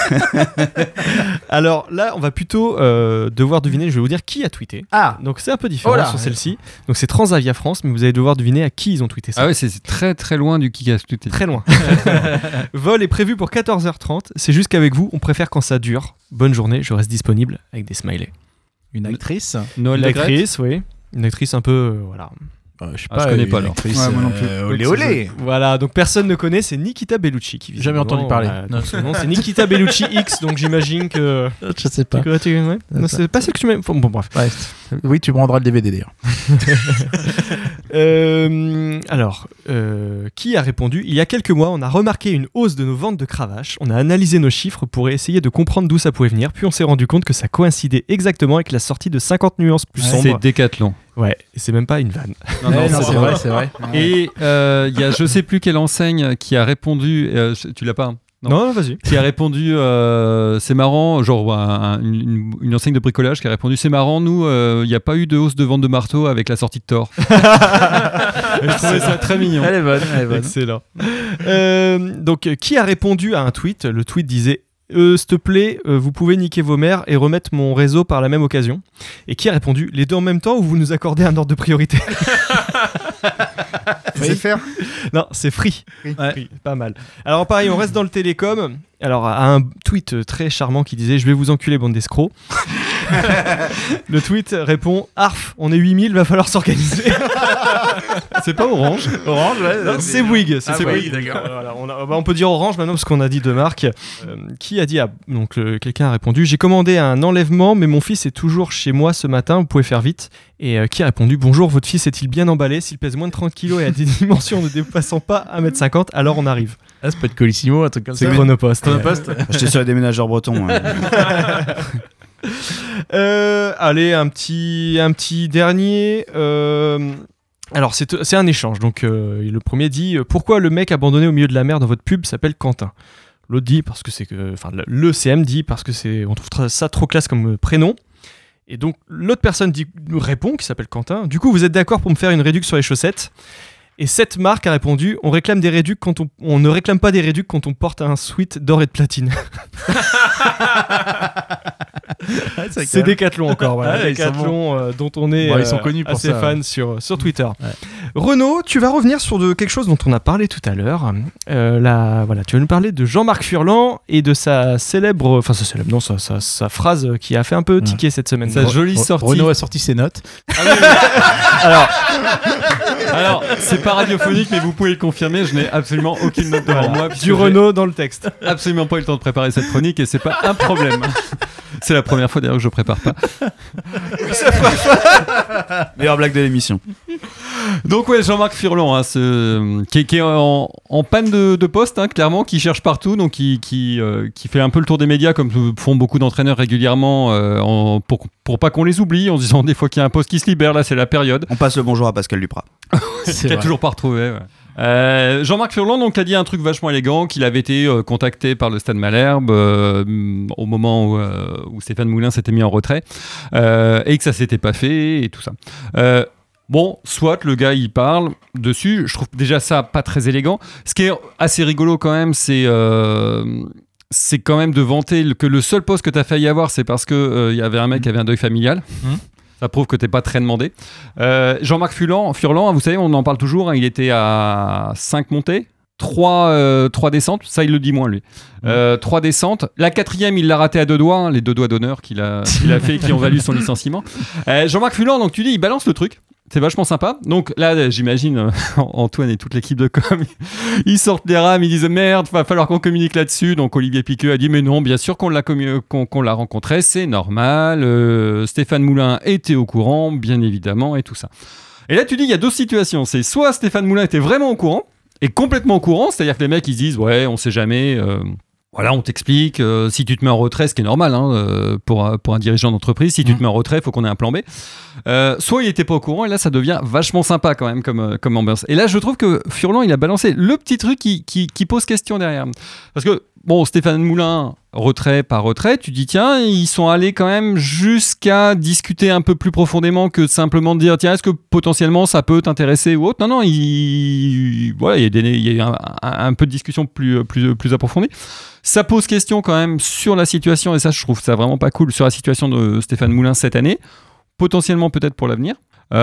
Alors là, on va plutôt devoir deviner. Je vais vous dire qui a tweeté. Ah, donc c'est un peu différent sur celle-ci. Donc c'est Transavia France, mais vous allez devoir deviner à qui ils ont tweeté ça. Ah ouais, c'est très très loin du kick à tweeter. Très loin. Vol est prévu pour 14h30. C'est juste qu'avec vous, on préfère quand ça dure. Bonne journée. Je reste disponible avec des smileys. Une actrice. Noël Une actrice, oui. Une actrice un peu, voilà. Je sais pas, je connais pas alors. Ouais, moi non plus. Olé olé. Voilà, donc personne ne connaît, c'est Nikita Bellucci qui vit. Jamais entendu parler. Donc son nom c'est Nikita Bellucci X, donc j'imagine que. Je sais pas. Ouais. Non, c'est pas celle que tu m'aimes. Bon, bref. Ouais. Oui, tu me rendras le DVD d'ailleurs. Alors, qui a répondu ? Il y a quelques mois, on a remarqué une hausse de nos ventes de cravaches. On a analysé nos chiffres pour essayer de comprendre d'où ça pouvait venir. Puis on s'est rendu compte que ça coïncidait exactement avec la sortie de 50 nuances plus sombres. C'est Decathlon. Ouais, et c'est même pas une vanne. Non, c'est vrai. Et il y a je sais plus quelle enseigne qui a répondu. Tu l'as pas hein ? Non, vas-y. Qui a répondu c'est marrant, genre une enseigne de bricolage qui a répondu c'est marrant, nous il n'y a pas eu de hausse de vente de marteaux avec la sortie de Thor. Je trouvais ça très mignon. Elle est bonne. Excellent. Donc qui a répondu à un tweet ? Le tweet disait s'il te plaît, vous pouvez niquer vos mères et remettre mon réseau par la même occasion. Et qui a répondu les deux en même temps ou vous nous accordez un ordre de priorité ? C'est faire ? Non, c'est Free. Ouais. Free. Pas mal. Alors pareil, on reste dans le télécom. alors à un tweet très charmant qui disait « Je vais vous enculer, bande d'escrocs ». Le tweet répond « Arf, on est 8000, va falloir s'organiser ». C'est pas Orange. Orange, ouais. Non, c'est Bouygues. C'est Bouygues, Bouygues. d'accord. Voilà, on peut dire Orange maintenant parce qu'on a dit deux marques. Qui a dit quelqu'un a répondu « J'ai commandé un enlèvement, mais mon fils est toujours chez moi ce matin, vous pouvez faire vite ». Et qui a répondu « Bonjour, votre fils est-il bien emballé? S'il pèse moins de 30 kg et a des dimensions ne dépassant pas 1m50, alors on arrive. » Ah, c'est pas de Colissimo, un truc comme ça. C'est Chronopost. J'étais sur les déménageurs bretons. Ouais. Allez, un petit dernier. Alors, c'est un échange. Donc, le premier dit « Pourquoi le mec abandonné au milieu de la mer dans votre pub s'appelle Quentin ?» L'autre dit parce que le CM dit parce que on trouve ça trop classe comme prénom. Et donc, l'autre personne répond, qui s'appelle Quentin. Du coup, vous êtes d'accord pour me faire une réduc sur les chaussettes? Et cette marque a répondu on réclame des réducs quand on ne réclame pas des réducs quand on porte un sweat d'or et de platine. C'est Decathlon encore, voilà. Decathlon dont on est ils sont connus pour assez ça, fan sur Twitter. Ouais. Renaud, tu vas revenir sur quelque chose dont on a parlé tout à l'heure. Tu vas nous parler de Jean-Marc Furlan et de sa sa phrase qui a fait un peu tiquer cette semaine. Sa jolie sortie. Renaud a sorti ses notes. Alors, c'est pas radiophonique, mais vous pouvez le confirmer, je n'ai absolument aucune note devant moi. Du Renaud dans le texte. Absolument pas eu le temps de préparer cette chronique et c'est pas un problème. C'est la première fois d'ailleurs que je prépare pas. Meilleure blague de l'émission. Donc ouais, Jean-Marc Furlan, qui est en panne de poste, clairement, qui cherche partout, donc qui fait un peu le tour des médias comme font beaucoup d'entraîneurs régulièrement pour pas qu'on les oublie, en se disant des fois qu'il y a un poste qui se libère, là c'est la période. On passe le bonjour à Pascal Duprat. Qui a toujours pas retrouvé. Ouais. Jean-Marc Furlan donc a dit un truc vachement élégant, qu'il avait été contacté par le Stade Malherbe au moment où Stéphane Moulin s'était mis en retrait et que ça s'était pas fait et tout ça. Bon, soit le gars il parle dessus, je trouve déjà ça pas très élégant. Ce qui est assez rigolo quand même, c'est quand même de vanter que le seul poste que tu as failli avoir, c'est parce qu'il y avait un mec qui avait un deuil familial. Ça prouve que t'es pas très demandé. Jean-Marc Furlan, vous savez, on en parle toujours, il était à 5 montées, 3 descentes, ça il le dit moins lui. 3 descentes. La 4e, il l'a raté à 2 doigts, les 2 doigts d'honneur qu'il a fait qui ont valu son licenciement. Jean-Marc Furlan, donc tu dis, il balance le truc. C'est vachement sympa. Donc là, j'imagine Antoine et toute l'équipe de com, ils sortent les rames, ils disent merde, va falloir qu'on communique là-dessus. Donc Olivier Piqueux a dit mais non, bien sûr qu'on l'a rencontré, c'est normal. Stéphane Moulin était au courant, bien évidemment, et tout ça. Et là, tu dis il y a 2 situations. C'est soit Stéphane Moulin était vraiment au courant et complètement au courant, c'est-à-dire que les mecs ils disent ouais, on sait jamais. Voilà, on t'explique, si tu te mets en retrait, ce qui est normal pour un dirigeant d'entreprise, si tu te mets en retrait, il faut qu'on ait un plan B. Soit il n'était pas au courant, et là ça devient vachement sympa quand même comme ambiance. Et là je trouve que Furlan, il a balancé le petit truc qui pose question derrière. Parce que, bon, Stéphane Moulin, retrait par retrait, tu dis tiens, ils sont allés quand même jusqu'à discuter un peu plus profondément que simplement de dire tiens, est-ce que potentiellement ça peut t'intéresser ou autre. Non, il y a un peu de discussion plus approfondie. Ça pose question quand même sur la situation, et ça je trouve ça vraiment pas cool, sur la situation de Stéphane Moulin cette année, potentiellement peut-être pour l'avenir.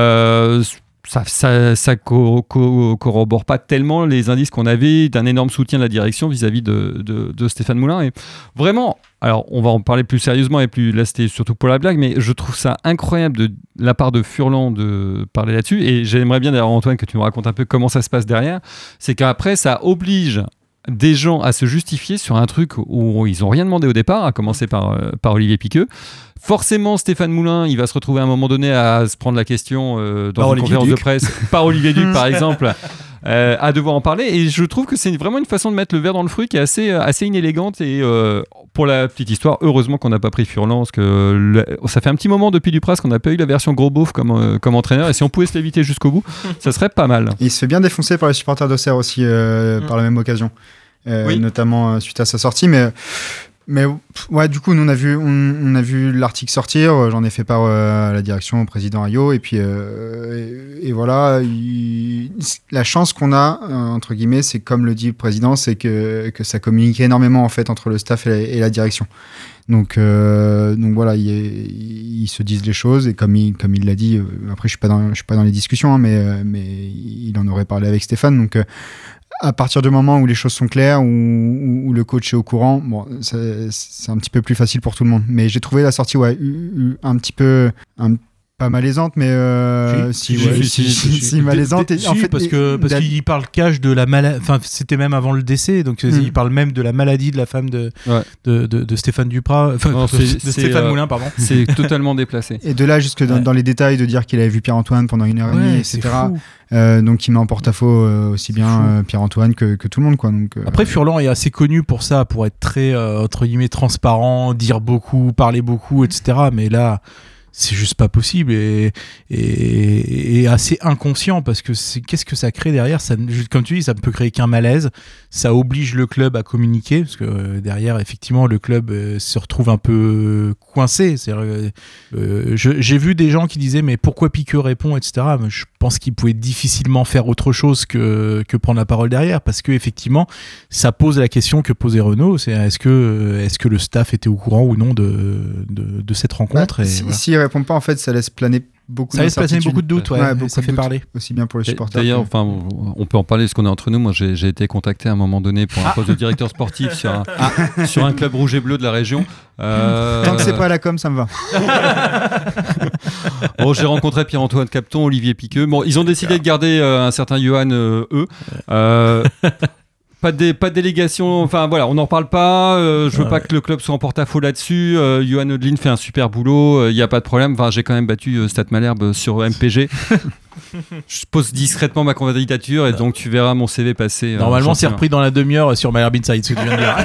Ça corrobore pas tellement les indices qu'on avait d'un énorme soutien de la direction vis-à-vis de Stéphane Moulin. Et vraiment, alors on va en parler plus sérieusement, et là c'était surtout pour la blague, mais je trouve ça incroyable de la part de Furlan de parler là-dessus, et j'aimerais bien d'ailleurs Antoine que tu nous racontes un peu comment ça se passe derrière. C'est qu'après ça oblige des gens à se justifier sur un truc où ils n'ont rien demandé au départ, à commencer par Olivier Piqueux. Forcément, Stéphane Moulin, il va se retrouver à un moment donné à se prendre la question dans une conférence de presse, par Olivier Duc par exemple, à devoir en parler. Et je trouve que c'est vraiment une façon de mettre le verre dans le fruit qui est assez inélégante. Et pour la petite histoire, heureusement qu'on n'a pas pris Furlan, parce que ça fait un petit moment depuis Dupraz qu'on n'a pas eu la version gros beauf comme entraîneur. Et si on pouvait se l'éviter jusqu'au bout, ça serait pas mal. Et il se fait bien défoncer par les supporters d'Auxerre aussi, par la même occasion. Oui. Notamment suite à sa sortie, mais ouais, du coup nous on a vu l'article sortir, j'en ai fait part à la direction, au président Ayot, et puis et voilà, la chance qu'on a entre guillemets, c'est comme le dit le président, c'est que ça communique énormément en fait entre le staff et la direction. Donc voilà, ils se disent les choses, et comme il l'a dit, après je suis pas dans les discussions, mais il en aurait parlé avec Stéphane, donc à partir du moment où les choses sont claires, où le coach est au courant, bon, c'est un petit peu plus facile pour tout le monde. Mais j'ai trouvé la sortie un petit peu... pas malaisante, mais si malaisante. En fait, parce qu'il parle cash de la maladie. Enfin, c'était même avant le décès, donc il parle même de la maladie de la femme de Stéphane Duprat, de Stéphane Moulin, pardon. C'est totalement déplacé. Et de là jusque dans les détails de dire qu'il avait vu Pierre-Antoine pendant 1h30, etc. Donc il met en porte-à-faux aussi bien Pierre-Antoine que tout le monde, quoi. Donc, Après, Furlan est assez connu pour ça, pour être très entre guillemets transparent, dire beaucoup, parler beaucoup, etc. Mais là, c'est juste pas possible et assez inconscient, parce que qu'est-ce que ça crée derrière ça, comme tu dis, ça ne peut créer qu'un malaise, ça oblige le club à communiquer, parce que derrière effectivement le club se retrouve un peu coincé. J'ai vu des gens qui disaient mais pourquoi Piqueux répond, etc. Mais je pense qu'il pouvait difficilement faire autre chose que prendre la parole derrière, parce que effectivement ça pose la question que posait Renaud, c'est est-ce que le staff était au courant ou non de cette rencontre. S'il répond pas, en fait, ça laisse planer beaucoup de doutes, ça fait parler. Aussi bien pour les supporters. D'ailleurs, on peut en parler parce qu'on est entre nous. Moi, j'ai été contacté à un moment donné pour un poste de directeur sportif sur un club rouge et bleu de la région. Tant que c'est pas la com, ça me va. Bon, j'ai rencontré Pierre-Antoine Capton, Olivier Piqueux. Bon, ils ont décidé de garder un certain Johan Pas de délégation, enfin voilà, on n'en parle pas. Je veux pas que le club soit en porte-à-faux là-dessus. Johan Odelin fait un super boulot, il n'y a pas de problème. Enfin, j'ai quand même battu Stade Malherbe sur MPG. Je pose discrètement ma candidature et donc tu verras mon CV passer. Normalement, c'est repris dans la demi-heure sur Malherbe Inside, ce que tu viens de dire.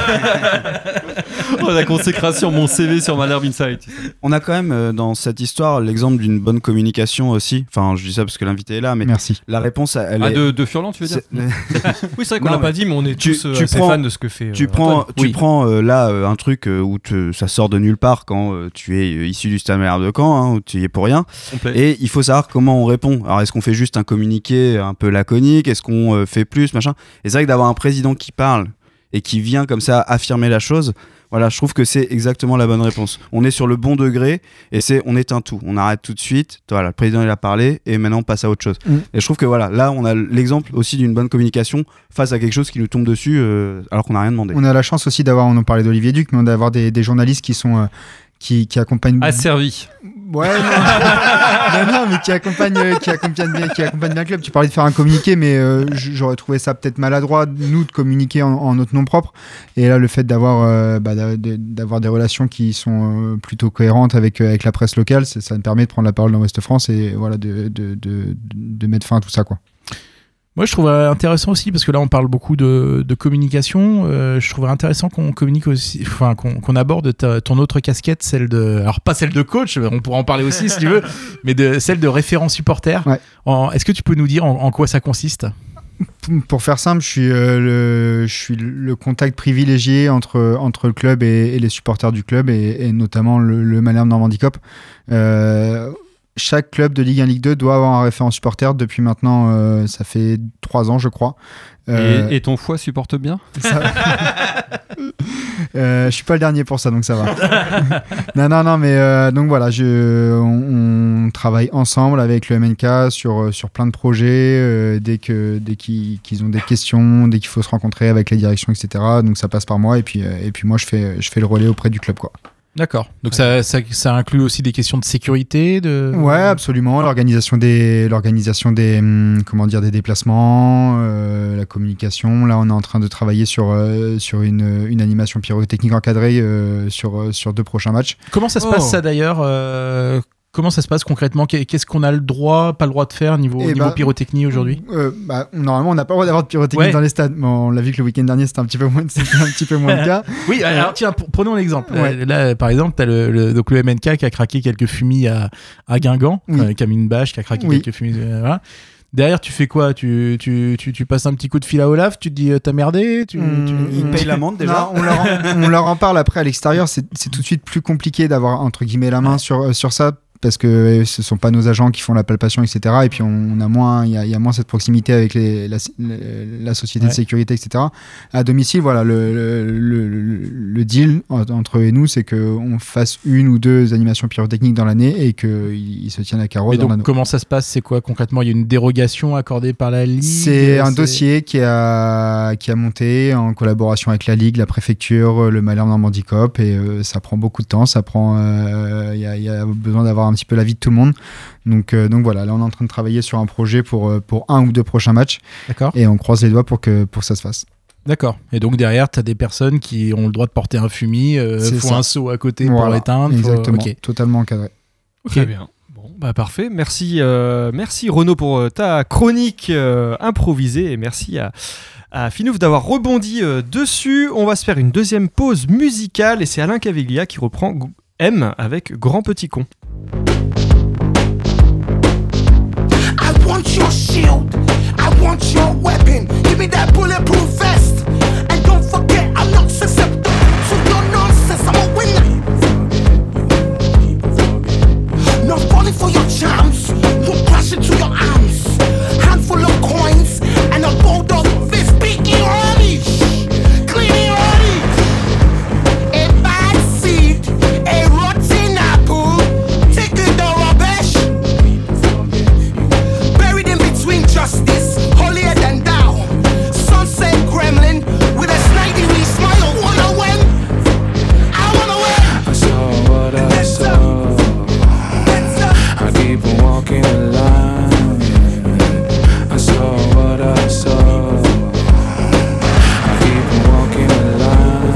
La consécration, mon CV sur Malherbe Inside. On a quand même dans cette histoire l'exemple d'une bonne communication aussi. Enfin, je dis ça parce que l'invité est là, mais merci. La réponse, elle est de Furlan, tu veux dire? Oui, c'est vrai qu'on l'a pas dit, mais on est tous assez fans de ce que fait. Tu prends là un truc où ça sort de nulle part quand tu es issu du Stade Malherbe de Caen, où tu y es pour rien. Et il faut savoir comment on répond. Alors, est-ce qu'on fait juste un communiqué un peu laconique? Est-ce qu'on fait plus, machin? Et c'est vrai que d'avoir un président qui parle et qui vient comme ça affirmer la chose, voilà, je trouve que c'est exactement la bonne réponse. On est sur le bon degré et on éteint tout. On arrête tout de suite. Voilà, le président il a parlé et maintenant on passe à autre chose. Et je trouve que voilà, là on a l'exemple aussi d'une bonne communication face à quelque chose qui nous tombe dessus alors qu'on n'a rien demandé. On a la chance aussi d'avoir, on en parlait d'Olivier Duc, mais d'avoir des journalistes qui sont qui accompagnent. Asservis. Ouais, non, mais qui accompagne bien le club. Tu parlais de faire un communiqué, mais j'aurais trouvé ça peut-être maladroit, nous, de communiquer en notre nom propre. Et là, le fait d'avoir des relations qui sont plutôt cohérentes avec la presse locale, ça me permet de prendre la parole dans Ouest France et voilà, de mettre fin à tout ça, quoi. Moi, je trouve intéressant aussi, parce que là, on parle beaucoup de communication. Je trouve intéressant qu'on communique aussi, enfin, qu'on aborde ton autre casquette, alors pas celle de coach, on pourra en parler aussi si tu veux, mais celle de référent supporter. Ouais. Est-ce que tu peux nous dire en quoi ça consiste ? Pour faire simple, je suis le contact privilégié entre le club et les supporters du club, et notamment le Malherbe Normandie Cup. Chaque club de Ligue 1, Ligue 2 doit avoir un référent supporter depuis maintenant, ça fait 3 ans je crois. Et ton foie supporte bien ? Je suis pas le dernier pour ça, donc ça va. non, mais donc voilà, on travaille ensemble avec le MNK sur plein de projets, dès qu'ils ont des questions, dès qu'il faut se rencontrer avec la direction, etc. Donc ça passe par moi, et puis moi je fais le relais auprès du club, quoi. D'accord. Donc ça inclut aussi des questions de sécurité, Ouais, absolument. L'organisation des déplacements, la communication. Là, on est en train de travailler sur une animation pyrotechnique encadrée sur 2 prochains matchs. Comment ça se passe ça d'ailleurs Comment ça se passe concrètement ? Qu'est-ce qu'on a le droit, pas le droit de faire niveau pyrotechnie aujourd'hui ? Normalement, on n'a pas le droit d'avoir de pyrotechnie dans les stades. Bon, on l'a vu que le week-end dernier, c'était un petit peu moins le cas. Oui, alors tiens, prenons l'exemple. Ouais. Là, par exemple, tu as le MNK qui a craqué quelques fumis à Guingamp, qui a mis une bâche, qui a craqué quelques fumis. Voilà. Derrière, tu fais quoi ? Tu passes un petit coup de fil à Olaf, tu te dis t'as merdé, il paye l'amende déjà. Non, on leur en parle après à l'extérieur. C'est tout de suite plus compliqué d'avoir entre guillemets la main sur ça. parce que ce sont pas nos agents qui font la palpation, etc. Et puis on a moins, il y a moins cette proximité avec la société de sécurité, etc. À domicile, voilà, le deal entre eux et nous, c'est qu'on fasse 1 ou 2 animations pyrotechniques dans l'année et qu'ils se tiennent à carreau. Et dans donc, l'anneau. comment ça se passe? C'est quoi concrètement? Il y a une dérogation accordée par la Ligue? C'est un dossier qui a monté en collaboration avec la Ligue, la préfecture, le Malherbe Normandie Coop, et ça prend beaucoup de temps. Ça prend, il y a besoin d'avoir un petit peu l'avis de tout le monde. Donc voilà, là on est en train de travailler sur un projet pour 1 ou 2 prochains matchs. D'accord. Et on croise les doigts pour que ça se fasse. D'accord. Et donc derrière, tu as des personnes qui ont le droit de porter un fumier, font un seau à côté pour l'éteindre. Exactement, totalement encadré. Très bien. Bon, bah parfait. Merci Renaud pour ta chronique improvisée, et merci à Finouf d'avoir rebondi dessus. On va se faire une deuxième pause musicale et c'est Alain Caviglia qui reprend M avec Grand Petit Con. I want your shield, I want your weapon. Give me that bulletproof vest. And don't forget, I'm not susceptible to your nonsense. I'm a winner. Not falling for your charms, won't crash into your arms. Handful of coins and a bulldog fist speaking honey. Cleaning honey. A bad seed, a rotten apple. Take it the rubbish. Buried in between justice, holier than thou. Sunset gremlin with a snidely smile. Wanna win? I wanna win. I saw what I saw. I keep on walking the line. I saw what I saw. I keep on walking the line.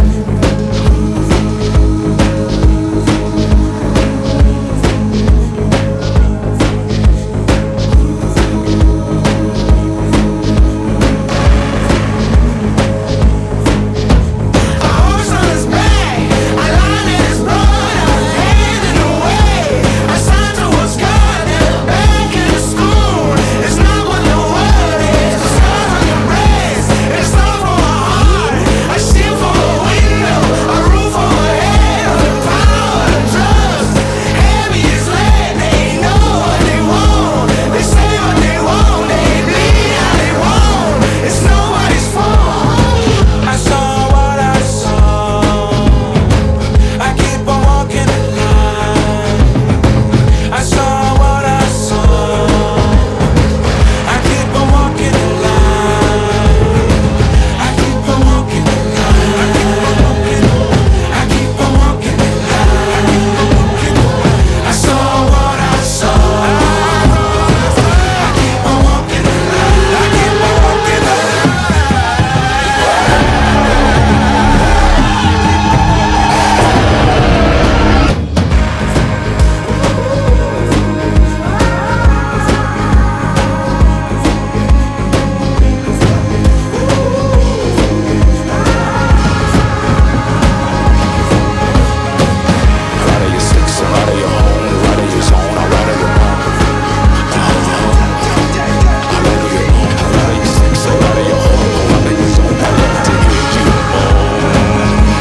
A horse on his back, a lion in his blood, I'm headed away. A Santa was caught in the back of the school. It's not what the word is, a scar on your breast. It's not for a heart, a shield for a window, a roof over head, the power of drugs. Heavy as lead, they know what they want. They say what they want, they bleed how they want. It's nobody's fault. I saw what I saw. I keep on walking the line. I saw what I saw. I keep on walking the line. I keep on walking the line. I keep on walking the line. I saw what I saw. I keep on walking the line. I keep on walking the line. Right of your sticks, right of your home, right of your zone, right of your bone. Right of your home, right of your sticks, right of your home, right of your zone. I love to hear you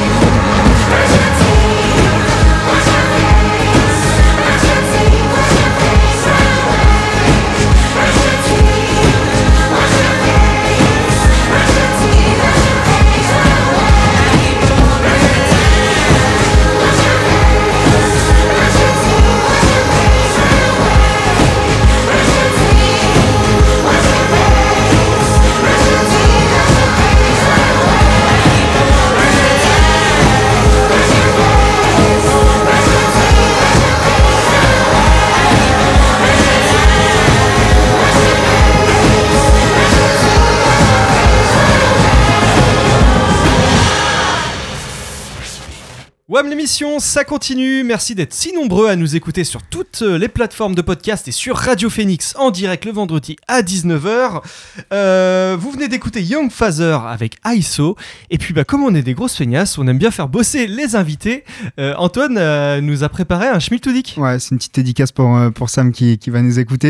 WAM l'émission, ça continue. Merci d'être si nombreux à nous écouter sur toutes les plateformes de podcast et sur Radio Phoenix en direct le vendredi à 19h. Vous venez d'écouter Young Father avec ISO. Et puis comme on est des grosses feignasses, on aime bien faire bosser les invités. Antoine nous a préparé un schmiltoudic. Ouais, c'est une petite dédicace pour Sam qui va nous écouter.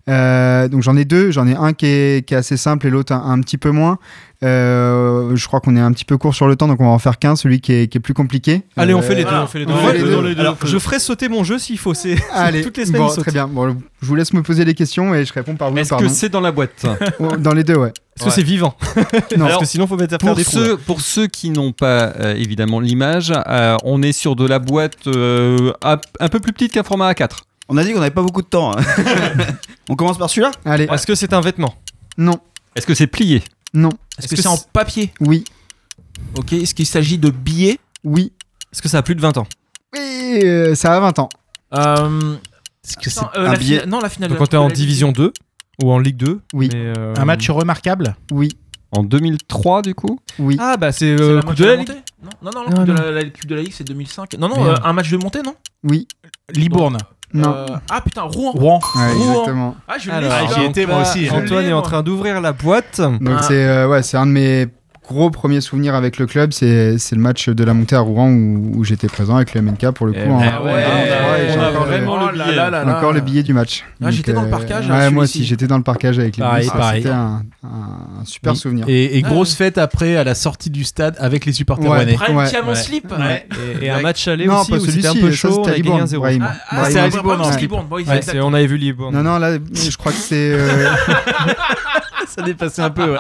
Donc j'en ai deux. J'en ai un qui est assez simple et l'autre un petit peu moins. Je crois qu'on est un petit peu court sur le temps, donc on va en faire qu'un, celui qui est plus compliqué. Allez, on fait les deux. voilà. On fait les deux. On fait les deux. Alors, je ferai sauter mon jeu s'il faut. C'est Allez, toutes les semaines. bon, il saute. très bien. Bon, je vous laisse me poser les questions et je réponds par oui ou Est-ce par que non. c'est dans la boîte? Dans les deux, ouais. Est-ce que c'est vivant? Non. Parce que sinon, faut mettre à faire des trous. Pour ceux qui n'ont pas évidemment l'image, on est sur de la boîte un peu plus petite qu'un format A4. On a dit qu'on n'avait pas beaucoup de temps. Hein. On commence par celui-là. Allez. Est-ce que c'est un vêtement? Non. Est-ce que c'est plié? Non. Est-ce que c'est en papier? Oui. Ok. Est-ce qu'il s'agit de billets? Oui. Est-ce que ça a plus de 20 ans? Oui, ça a 20 ans. Est-ce que c'est un billet Non, la finale. Donc quand t'es en Division 2 ou en Ligue 2? Oui. Mais, un match remarquable? Oui. En 2003 du coup? Oui. Ah bah c'est C'est la Coupe montée de la à Ligue. montée? Non, Ah, Coupe de non. la Coupe de la Ligue, c'est 2005. Non, Merde. un match de montée, non? Oui. Libourne. Non. Ah putain, Rouen. Rouen. Ouais, Rouen. exactement. Ah, je l'ai. Alors, j'y étais, moi aussi. Antoine est en train d'ouvrir la boîte. Donc Ah. c'est un de mes gros premiers souvenirs avec le club. C'est le match de la montée à Rouen où j'étais présent avec le MNK pour le coup. Eh en- ouais, en- ouais, et j'ai on a encore vraiment le- le billet. là, là, là. encore le billet du match. Ah, j'étais dans le parquage, hein, Ouais, moi celui-ci. aussi, j'étais dans le parquage avec les Pareil, bus. pareil. C'était un super Oui. souvenir. Et grosse fête après à la sortie du stade avec les supporters Ouais. rouennais. Brahim Ouais. Thiam en Ouais. slip. Ouais. Et un match aller Non, aussi pas où c'était un celui-ci, peu ça, chaud, on c'était a gagné Libourne, 1-0. Brahim. Ah, c'est c'est à à Libourne, Libourne. ouais. Libourne. Bon, Ouais, exact. on avait vu Libourne. Non, non, là, je crois que c'est. Ça dépassait un peu. Ouais.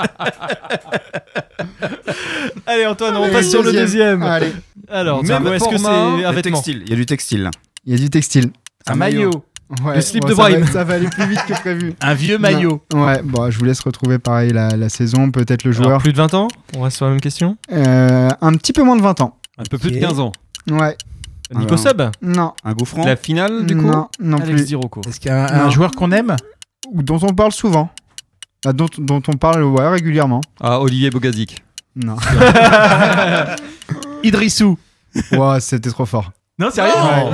Allez Antoine, on passe sur le deuxième. Allez, Alors, Même Thiago, est-ce que c'est format, un Le vêtement? textile. Il y a du textile. il y a du textile. Un maillot. Ouais, Le slip bon, de ça va- Brahim. Ça va aller plus vite que prévu. Un vieux maillot. Non. Ouais, bon, je vous laisse retrouver pareil la saison, peut-être le Alors, joueur. plus de 20 ans? On reste sur la même question. Un petit peu moins de 20 ans. Un peu plus de 15 ans. Ouais. Nico non. Seb? Non. Un gouffran. La finale du coup? Non Alex plus. Dirocco. Est-ce qu'il y a un Non. joueur qu'on aime? Ou dont on parle souvent. Dont on parle ouais, régulièrement. Ah, Olivier Bogazic. Non. Idrissou. Ouais, c'était trop fort. Non, sérieux? Ouais.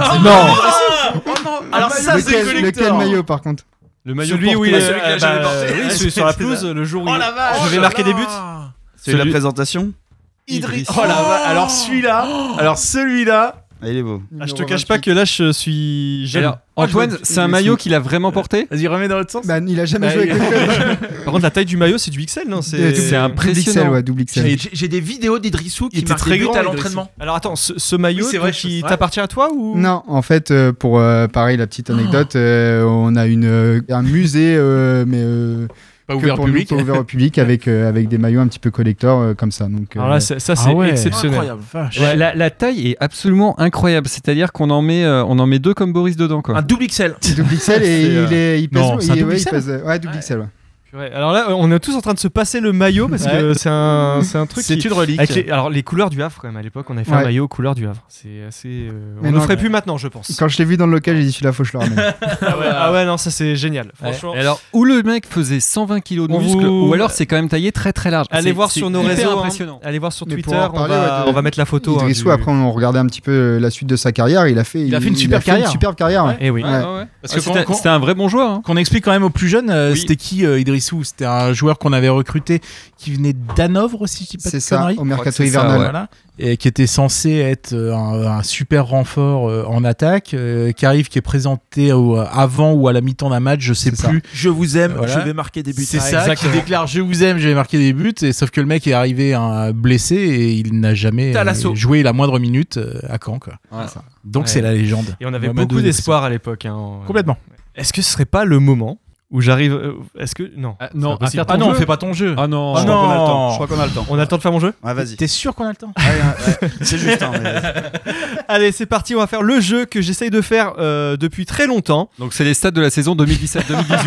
Alors ça, c'est Lequel maillot par contre? Le maillot Celui où porté. il est- celui qu'il a jamais porté. Oui, celui sur la pelouse, le jour où Oh la vache. je vais marquer des buts. C'est la Celui- présentation. Idrissou. Oh la vache. Alors celui-là. Alors celui-là. Ah, il est beau. Ah, je te cache pas que là, je suis jeune. Alors, Antoine, c'est un maillot qu'il a vraiment porté? Vas-y, remets dans l'autre sens. Bah, il a jamais Bah, joué avec le club. Par contre, la taille du maillot, c'est du XL, non? C'est impressionnant. Double XL, ouais, double XL. J'ai des vidéos d'Idrissou Il qui était marquent très des buts grand, à Idrissou. l'entraînement. Alors attends, ce maillot Oui, c'est vrai, qui ouais. t'appartient à toi ou? Non, en fait, pour pareil, la petite anecdote, on a un musée, mais Pas que ouvert au pour nous, public. pas ouvert au public avec des maillots un petit peu collector comme ça. Donc, Alors là, ça c'est Ah ouais. exceptionnel. Incroyable. Vache. Ouais, la taille est absolument incroyable. C'est-à-dire qu'on en met deux comme Boris dedans, quoi. Un double XL. c'est double XL et il pèse. Non, c'est un double XL. Ouais, double XL. Ouais. Purée. Alors là, on est tous en train de se passer le maillot parce que c'est un truc C'est qui... une relique. Avec alors les couleurs du Havre quand même à l'époque on avait fait un Ouais. maillot aux couleurs du Havre. C'est assez. On Mais ne non, ferait ouais. plus maintenant je pense. Quand je l'ai vu dans le local, j'ai dit celui-là, faut que je le ramène. Ah ouais non ça c'est génial. Franchement. Et alors, où le mec faisait 120 kilos de On muscle, vous- ou alors c'est quand même taillé très très large. Allez C'est- voir c'est sur nos hyper réseaux. impressionnant. Allez voir sur Mais Twitter. pour en parler, On va mettre la photo. hein, Idrissou, du- après, on regardait un petit peu la suite de sa carrière. Il a fait une superbe carrière. Ouais. Eh oui. Ouais, ouais, ouais. Parce que C'était quand- c'était un vrai bon joueur. Hein. Qu'on explique quand même aux plus jeunes, Oui. c'était qui Idrissou? C'était un joueur qu'on avait recruté qui venait d'Hanovre, si je dis pas C'est de ça, conneries. au mercato c'est ça, hivernal. ouais. Voilà. Et qui était censé être un super renfort en attaque, qui arrive, qui est présenté avant ou à la mi-temps d'un match, je sais C'est ça. plus. Je vous aime, Voilà. je vais marquer des buts. C'est Ah, ça, exactement. qui déclare je vous aime, je vais marquer des buts, et sauf que le mec est arrivé blessé et il n'a jamais T'as l'assaut. joué la moindre minute à Caen, quoi. Ouais. Donc Ouais. c'est la légende. Et on avait Mamadou beaucoup Idrissou. d'espoir à l'époque. hein. Complètement. Est-ce que ce serait pas le moment où j'arrive est-ce que non. Non, C'est pas possible. à faire Ah ton non, on jeu. fait pas ton jeu. Ah non. Ah Je crois qu'on a le non. temps. Je crois qu'on a le temps. On a le temps de faire mon jeu? Ouais, vas-y. T'es sûr qu'on a le temps? Ouais, c'est juste. Hein, mais... Allez, c'est parti, on va faire le jeu que j'essaye de faire depuis très longtemps. Donc c'est les stats de la saison 2017-2018.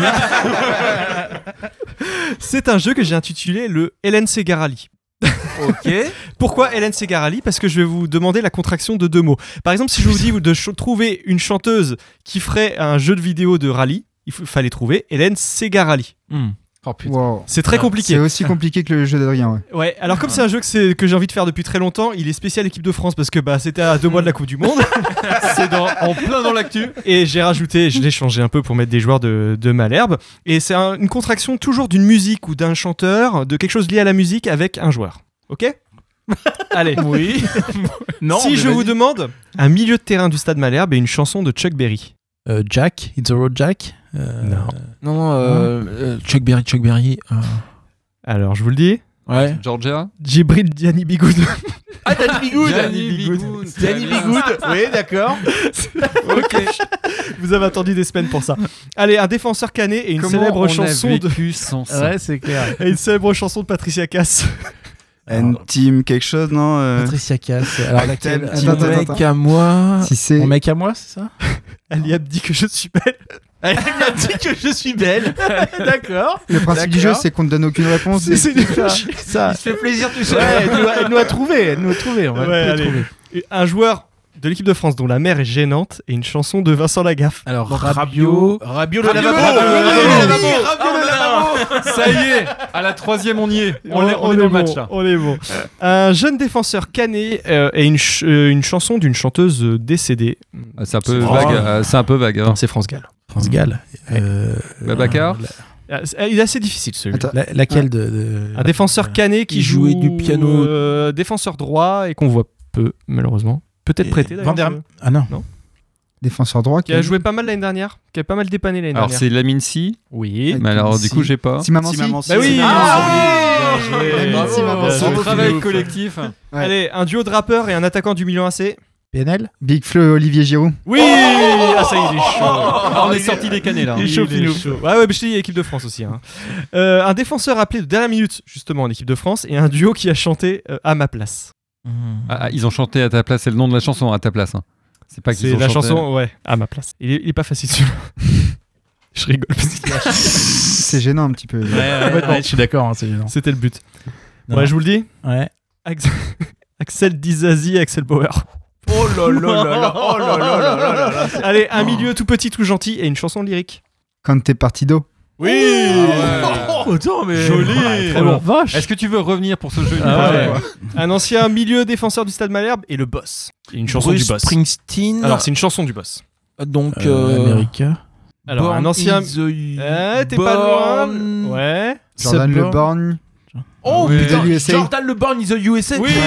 C'est un jeu que j'ai intitulé le Hélène Segarali. Ok. Pourquoi Hélène Segarali? Parce que je vais vous demander la contraction de deux mots. Par exemple, si je vous dis de trouver une chanteuse qui ferait un jeu de vidéo de rallye, il fallait trouver Hélène Segarali. Oh putain. Wow. C'est très C'est compliqué. aussi compliqué que le jeu d'Adrien. Ouais. Ouais, alors comme c'est un jeu que j'ai envie de faire depuis très longtemps, il est spécial équipe de France parce que c'était à 2 mois de la Coupe du Monde. C'est en plein dans l'actu. Et j'ai rajouté, je l'ai changé un peu pour mettre des joueurs de Malherbe. Et c'est une contraction toujours d'une musique ou d'un chanteur, de quelque chose lié à la musique avec un joueur. Ok? Allez. Oui. Non. Si mais je vas-y. vous demande un milieu de terrain du stade Malherbe et une chanson de Chuck Berry. Jack, It's a Road Jack. Non, Chuck Berry. Alors, je vous le dis. Ouais. Georgia. Djibril Diani Bigoud. Ah, Danny Bigoud. Danny Bigoud. Oui, d'accord. Ok. Vous avez attendu des semaines pour ça. Allez, un défenseur canet et une célèbre chanson de. sans ça. Ouais, c'est clair. Et une célèbre chanson de Patricia Cass. N-Team quelque chose, non Patricia Cass. Alors laquelle Attends. Mec à moi. Si c'est. Mon mec à moi, c'est ça? Aliab dit que je suis belle. Elle m'a dit que je suis belle. D'accord. Le principe du jeu, c'est qu'on ne donne aucune réponse. C'est ça. Il se fait plaisir tout seul. Ouais, elle nous a trouvé. On va Ouais, la allez. trouver. Et un joueur de l'équipe de France dont la mère est gênante et une chanson de Vincent Lagaffe. Alors, Rabiot le lavabo. Ça y est, à la 3e, on y est. On est on dans est le match bon, là. On est bon. Un jeune défenseur canet et une chanson d'une chanteuse décédée. C'est un peu vague. C'est un peu vague. Hein. C'est France Gall. France Gall. Babacar. Il est assez difficile celui-là. Attends. Laquelle de... Un défenseur canet qui Il joue jouait du piano. défenseur droit et qu'on voit peu malheureusement. Peut-être prêté d'ailleurs. Ah non. Défenseur droit Qui a joué pas mal l'année dernière, qui a pas mal dépanné l'année Alors dernière. c'est Lamine Si. Oui. Mais alors du coup j'ai pas. Si maman si. Maman, Bah oui. Ah Bien joué. Lamine Si, maman C'est Si. un travail collectif. Ouais. Allez, un duo de rappeurs et un attaquant du Milan AC. PNL. Big Flo et Olivier Giroud. Oui. Ah ça il est chaud. On est sorti des canets là. Il est chaud, Finou. Ouais, mais je te dis équipe de France aussi. Hein. Un défenseur appelé de dernière minute justement en équipe de France et un duo qui a chanté à ma place. Ah, ils ont chanté à ta place. C'est le nom de la chanson à ta place. Hein. C'est pas qu'ils C'est ont la chanté. chanson, ouais, à ma place. Il est pas facile celui-là. Je rigole parce qu'il a- C'est gênant un petit peu. Ouais, je suis d'accord, hein, c'est gênant. C'était le but. Non. Ouais, je vous le dis. Ouais. Axel Dizazi, Axel Bauer. Oh là là là là. Oh là là là là là. Allez, un milieu tout petit, tout gentil et une chanson lyrique. Quand t'es parti d'eau. Oui. Oh, attends, mais. Joli. Très bon. Vache. Est-ce que tu veux revenir pour ce jeu Ah ouais. Un ancien milieu défenseur du Stade Malherbe et le boss. Et une chanson Bruce du boss. Springsteen. Alors, c'est une chanson du boss. Donc. America. Alors, Born un ancien. in the T'es pas loin. Born- Ouais. Jordan Suburb. Le Borgne. Oh Oui. putain, The USA. Jordan Le Born is the USA. Oui.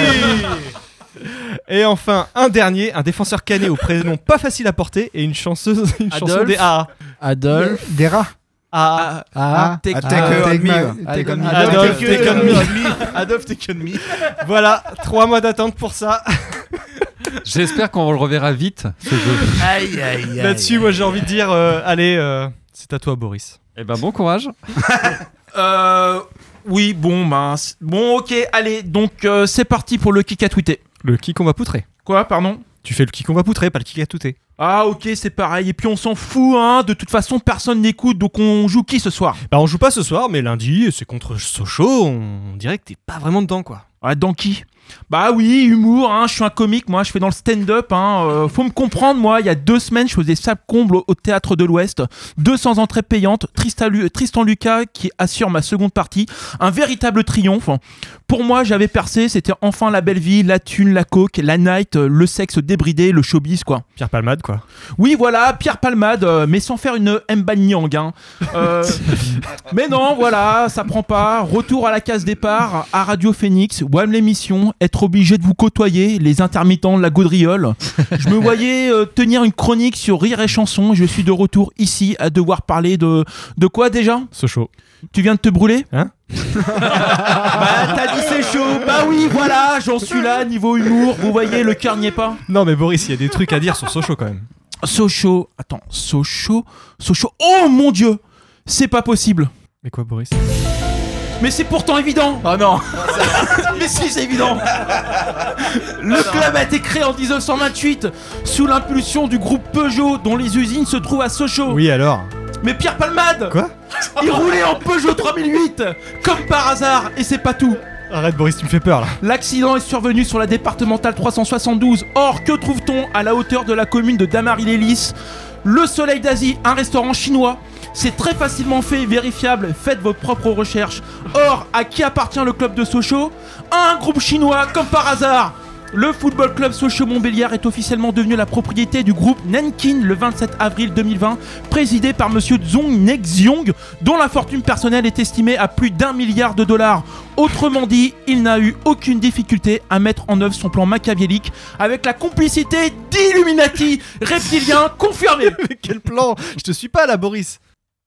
Et enfin, un dernier, un défenseur canet au prénom pas facile à porter et une chanson Adolphe. des AA. Adolphe. Des rats. AA. Take- Take me. Adolphe, take on me. Adolphe, take on me. Voilà, 3 mois d'attente pour ça. J'espère qu'on le reverra vite ce jeu. Aïe, aïe, aïe. Là-dessus, moi j'ai envie de dire, allez, c'est à toi, Boris. Eh ben bon courage. Oui, bon, mince. Bon, ok, allez, donc c'est parti pour le kick à tweeter. Le kick on va poutrer. Quoi, pardon? Tu fais le kick on va poutrer, pas le kick à touter. Ah, ok, c'est pareil. Et puis on s'en fout, hein. De toute façon, personne n'écoute, donc on joue qui ce soir? Bah, on joue pas ce soir, mais lundi, c'est contre Sochaux. On dirait que t'es pas vraiment dedans, quoi. Ah, dans qui? Bah oui, humour, hein, je suis un comique, moi, je fais dans le stand-up, hein, faut me comprendre, moi, il y a 2 semaines, je faisais salle comble au Théâtre de l'Ouest, 200 entrées payantes, Tristan Lucas qui assure ma seconde partie, un véritable triomphe. Pour moi, j'avais percé, c'était enfin la belle vie, la thune, la coke, la night, le sexe débridé, le showbiz, quoi. Pierre Palmade, quoi. Oui, voilà, Pierre Palmade, mais sans faire une Mbanyang, hein. Mais non, voilà, ça prend pas. Retour à la case départ, à Radio Phoenix, WAM l'émission, être obligé de vous côtoyer, les intermittents de la gaudriole. Je me voyais tenir une chronique sur Rire et Chanson. Je suis de retour ici à devoir parler de quoi déjà? Sochaux. Tu viens de te brûler? Hein? Bah t'as dit c'est chaud. Bah oui, voilà, j'en suis là, niveau humour. Vous voyez, le cœur n'y est pas. Non, mais Boris, il y a des trucs à dire sur Sochaux quand même. Sochaux. Attends, Sochaux. Oh mon Dieu! C'est pas possible. Mais quoi, Boris? Mais c'est pourtant évident. Oh non. Mais si, c'est évident. Le club a été créé en 1928 sous l'impulsion du groupe Peugeot dont les usines se trouvent à Sochaux. Oui, alors? Mais Pierre Palmade, Quoi? il roulait en Peugeot 3008 comme par hasard, et c'est pas tout. Arrête, Boris, tu me fais peur là. L'accident est survenu sur la départementale 372. Or, que trouve-t-on à la hauteur de la commune de Damary-les-Lys? Le Soleil d'Asie, un restaurant chinois. C'est très facilement fait et vérifiable, faites vos propres recherches. Or, à qui appartient le club de Sochaux? À un groupe chinois, comme par hasard. Le football club Sochaux-Montbéliard est officiellement devenu la propriété du groupe Nankin le 27 avril 2020, présidé par monsieur Zhong Nexiong, dont la fortune personnelle est estimée à plus d'1 milliard de dollars. Autrement dit, il n'a eu aucune difficulté à mettre en œuvre son plan machiavélique avec la complicité d'Illuminati reptilien confirmé. Mais quel plan? Je te suis pas là, Boris.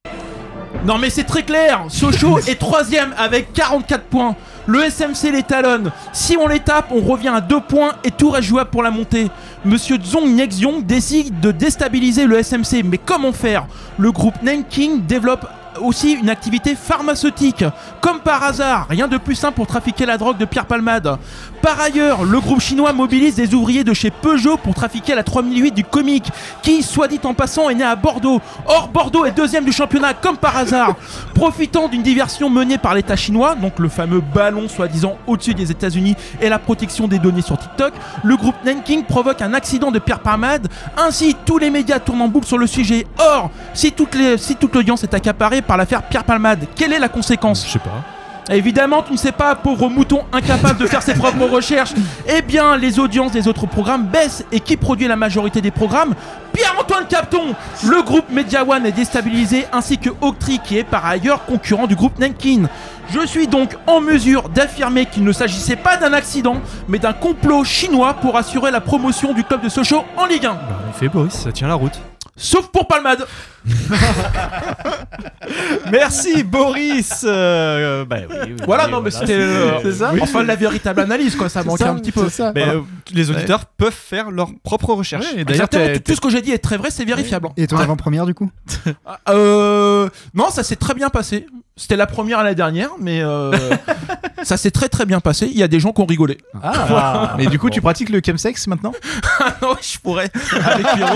Non mais c'est très clair, Sochaux est 3ème avec 44 points. Le SMC les talonne. Si on les tape, on revient à 2 points et tout reste jouable pour la montée. Monsieur Zhong Nyexiong décide de déstabiliser le SMC. Mais comment faire ? Le groupe Nanking développe aussi une activité pharmaceutique. Comme par hasard, rien de plus simple pour trafiquer la drogue de Pierre Palmade. Par ailleurs, le groupe chinois mobilise des ouvriers de chez Peugeot pour trafiquer la 3008 du comique, qui, soit dit en passant, est né à Bordeaux. Or, Bordeaux est 2ème du championnat, comme par hasard. Profitant d'une diversion menée par l'État chinois, donc le fameux ballon soi-disant au-dessus des États-Unis et la protection des données sur TikTok, le groupe Nanking provoque un accident de Pierre Palmade. Ainsi, tous les médias tournent en boucle sur le sujet. Or, si toute l'audience est accaparée par l'affaire Pierre Palmade, quelle est la conséquence ? Je sais pas. Évidemment, tu ne sais pas, pauvre mouton incapable de faire ses propres recherches. Eh bien, les audiences des autres programmes baissent. Et qui produit la majorité des programmes ? Pierre-Antoine Capton. Le groupe Media One est déstabilisé, ainsi que Octree, qui est par ailleurs concurrent du groupe Nankin. Je suis donc en mesure d'affirmer qu'il ne s'agissait pas d'un accident, mais d'un complot chinois pour assurer la promotion du club de Sochaux en Ligue 1. En effet, Boris, ça tient la route. Sauf pour Palmade. Merci Boris. Voilà, non mais c'était c'est ça. enfin la véritable analyse quoi, ça manquait un petit peu. Mais les auditeurs peuvent faire leurs propres recherches. Ouais, et d'ailleurs, Exactement, tout ce que j'ai dit est très vrai, c'est vérifiable. Et ton avant-première du coup ? Non, ça s'est très bien passé. C'était la première à la dernière, mais ça s'est très très bien passé. Il y a des gens qui ont rigolé. Ah. Mais du coup, tu pratiques le chemsex maintenant ? Non, je pourrais. Avec Pierrot.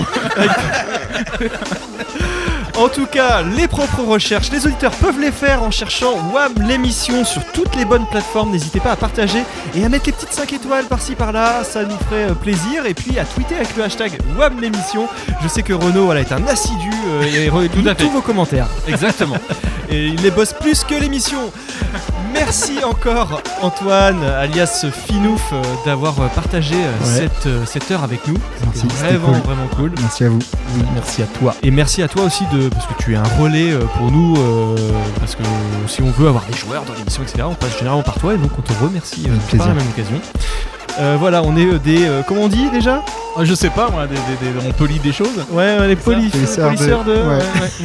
En tout cas, les propres recherches, les auditeurs peuvent les faire en cherchant WAM l'émission sur toutes les bonnes plateformes. N'hésitez pas à partager et à mettre les petites 5 étoiles par-ci par-là, ça nous ferait plaisir. Et puis à tweeter avec le hashtag WAM l'émission. Je sais que Renaud est un assidu et relit tous vos commentaires. Exactement. Et il les bosse plus que l'émission. Merci encore Antoine, alias Finouf, d'avoir partagé cette heure avec nous. Merci, C'était c'était vraiment, cool. vraiment cool. Merci à vous. Oui, merci à toi. Et merci à toi aussi parce que tu es un relais pour nous, parce que si on veut avoir des joueurs dans l'émission, etc., on passe généralement par toi et donc on te remercie Avec par plaisir. la même occasion. Voilà, on est des... comment on dit déjà ? Je sais pas, moi, on polie des choses. Ouais, les Polisseurs polisseurs de... ouais.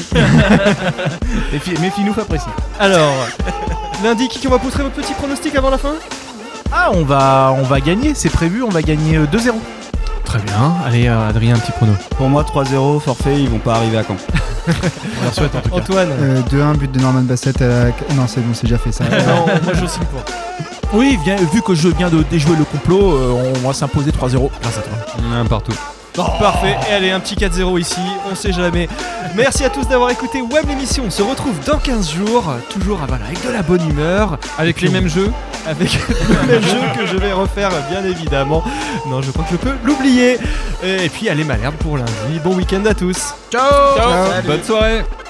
Mais Finouf apprécie. Alors, lundi, qui on va pousser votre petit pronostic avant la fin ? Ah, on va gagner, c'est prévu, on va gagner 2-0. Très bien. Allez, Adrien, un petit prono. Pour moi, 3-0, forfait, ils vont pas arriver à Caen. On leur souhaite en tout cas. Antoine. 2-1, but de Norman Bassett à la... Non, c'est bon, c'est déjà fait ça. Non, moi je signe pour. Oui, vu que je viens de déjouer le complot, on va s'imposer 3-0 grâce à toi. Un partout. Parfait, et allez, un petit 4-0 ici, on sait jamais. Merci à tous d'avoir écouté Web l'émission, on se retrouve dans 15 jours, toujours avec de la bonne humeur. Avec les mêmes jeux. Avec le même jeu que je vais refaire, bien évidemment. Non, je crois que je peux l'oublier. Et puis, allez, Malherbe pour lundi. Bon week-end à tous. Ciao. Bonne soirée.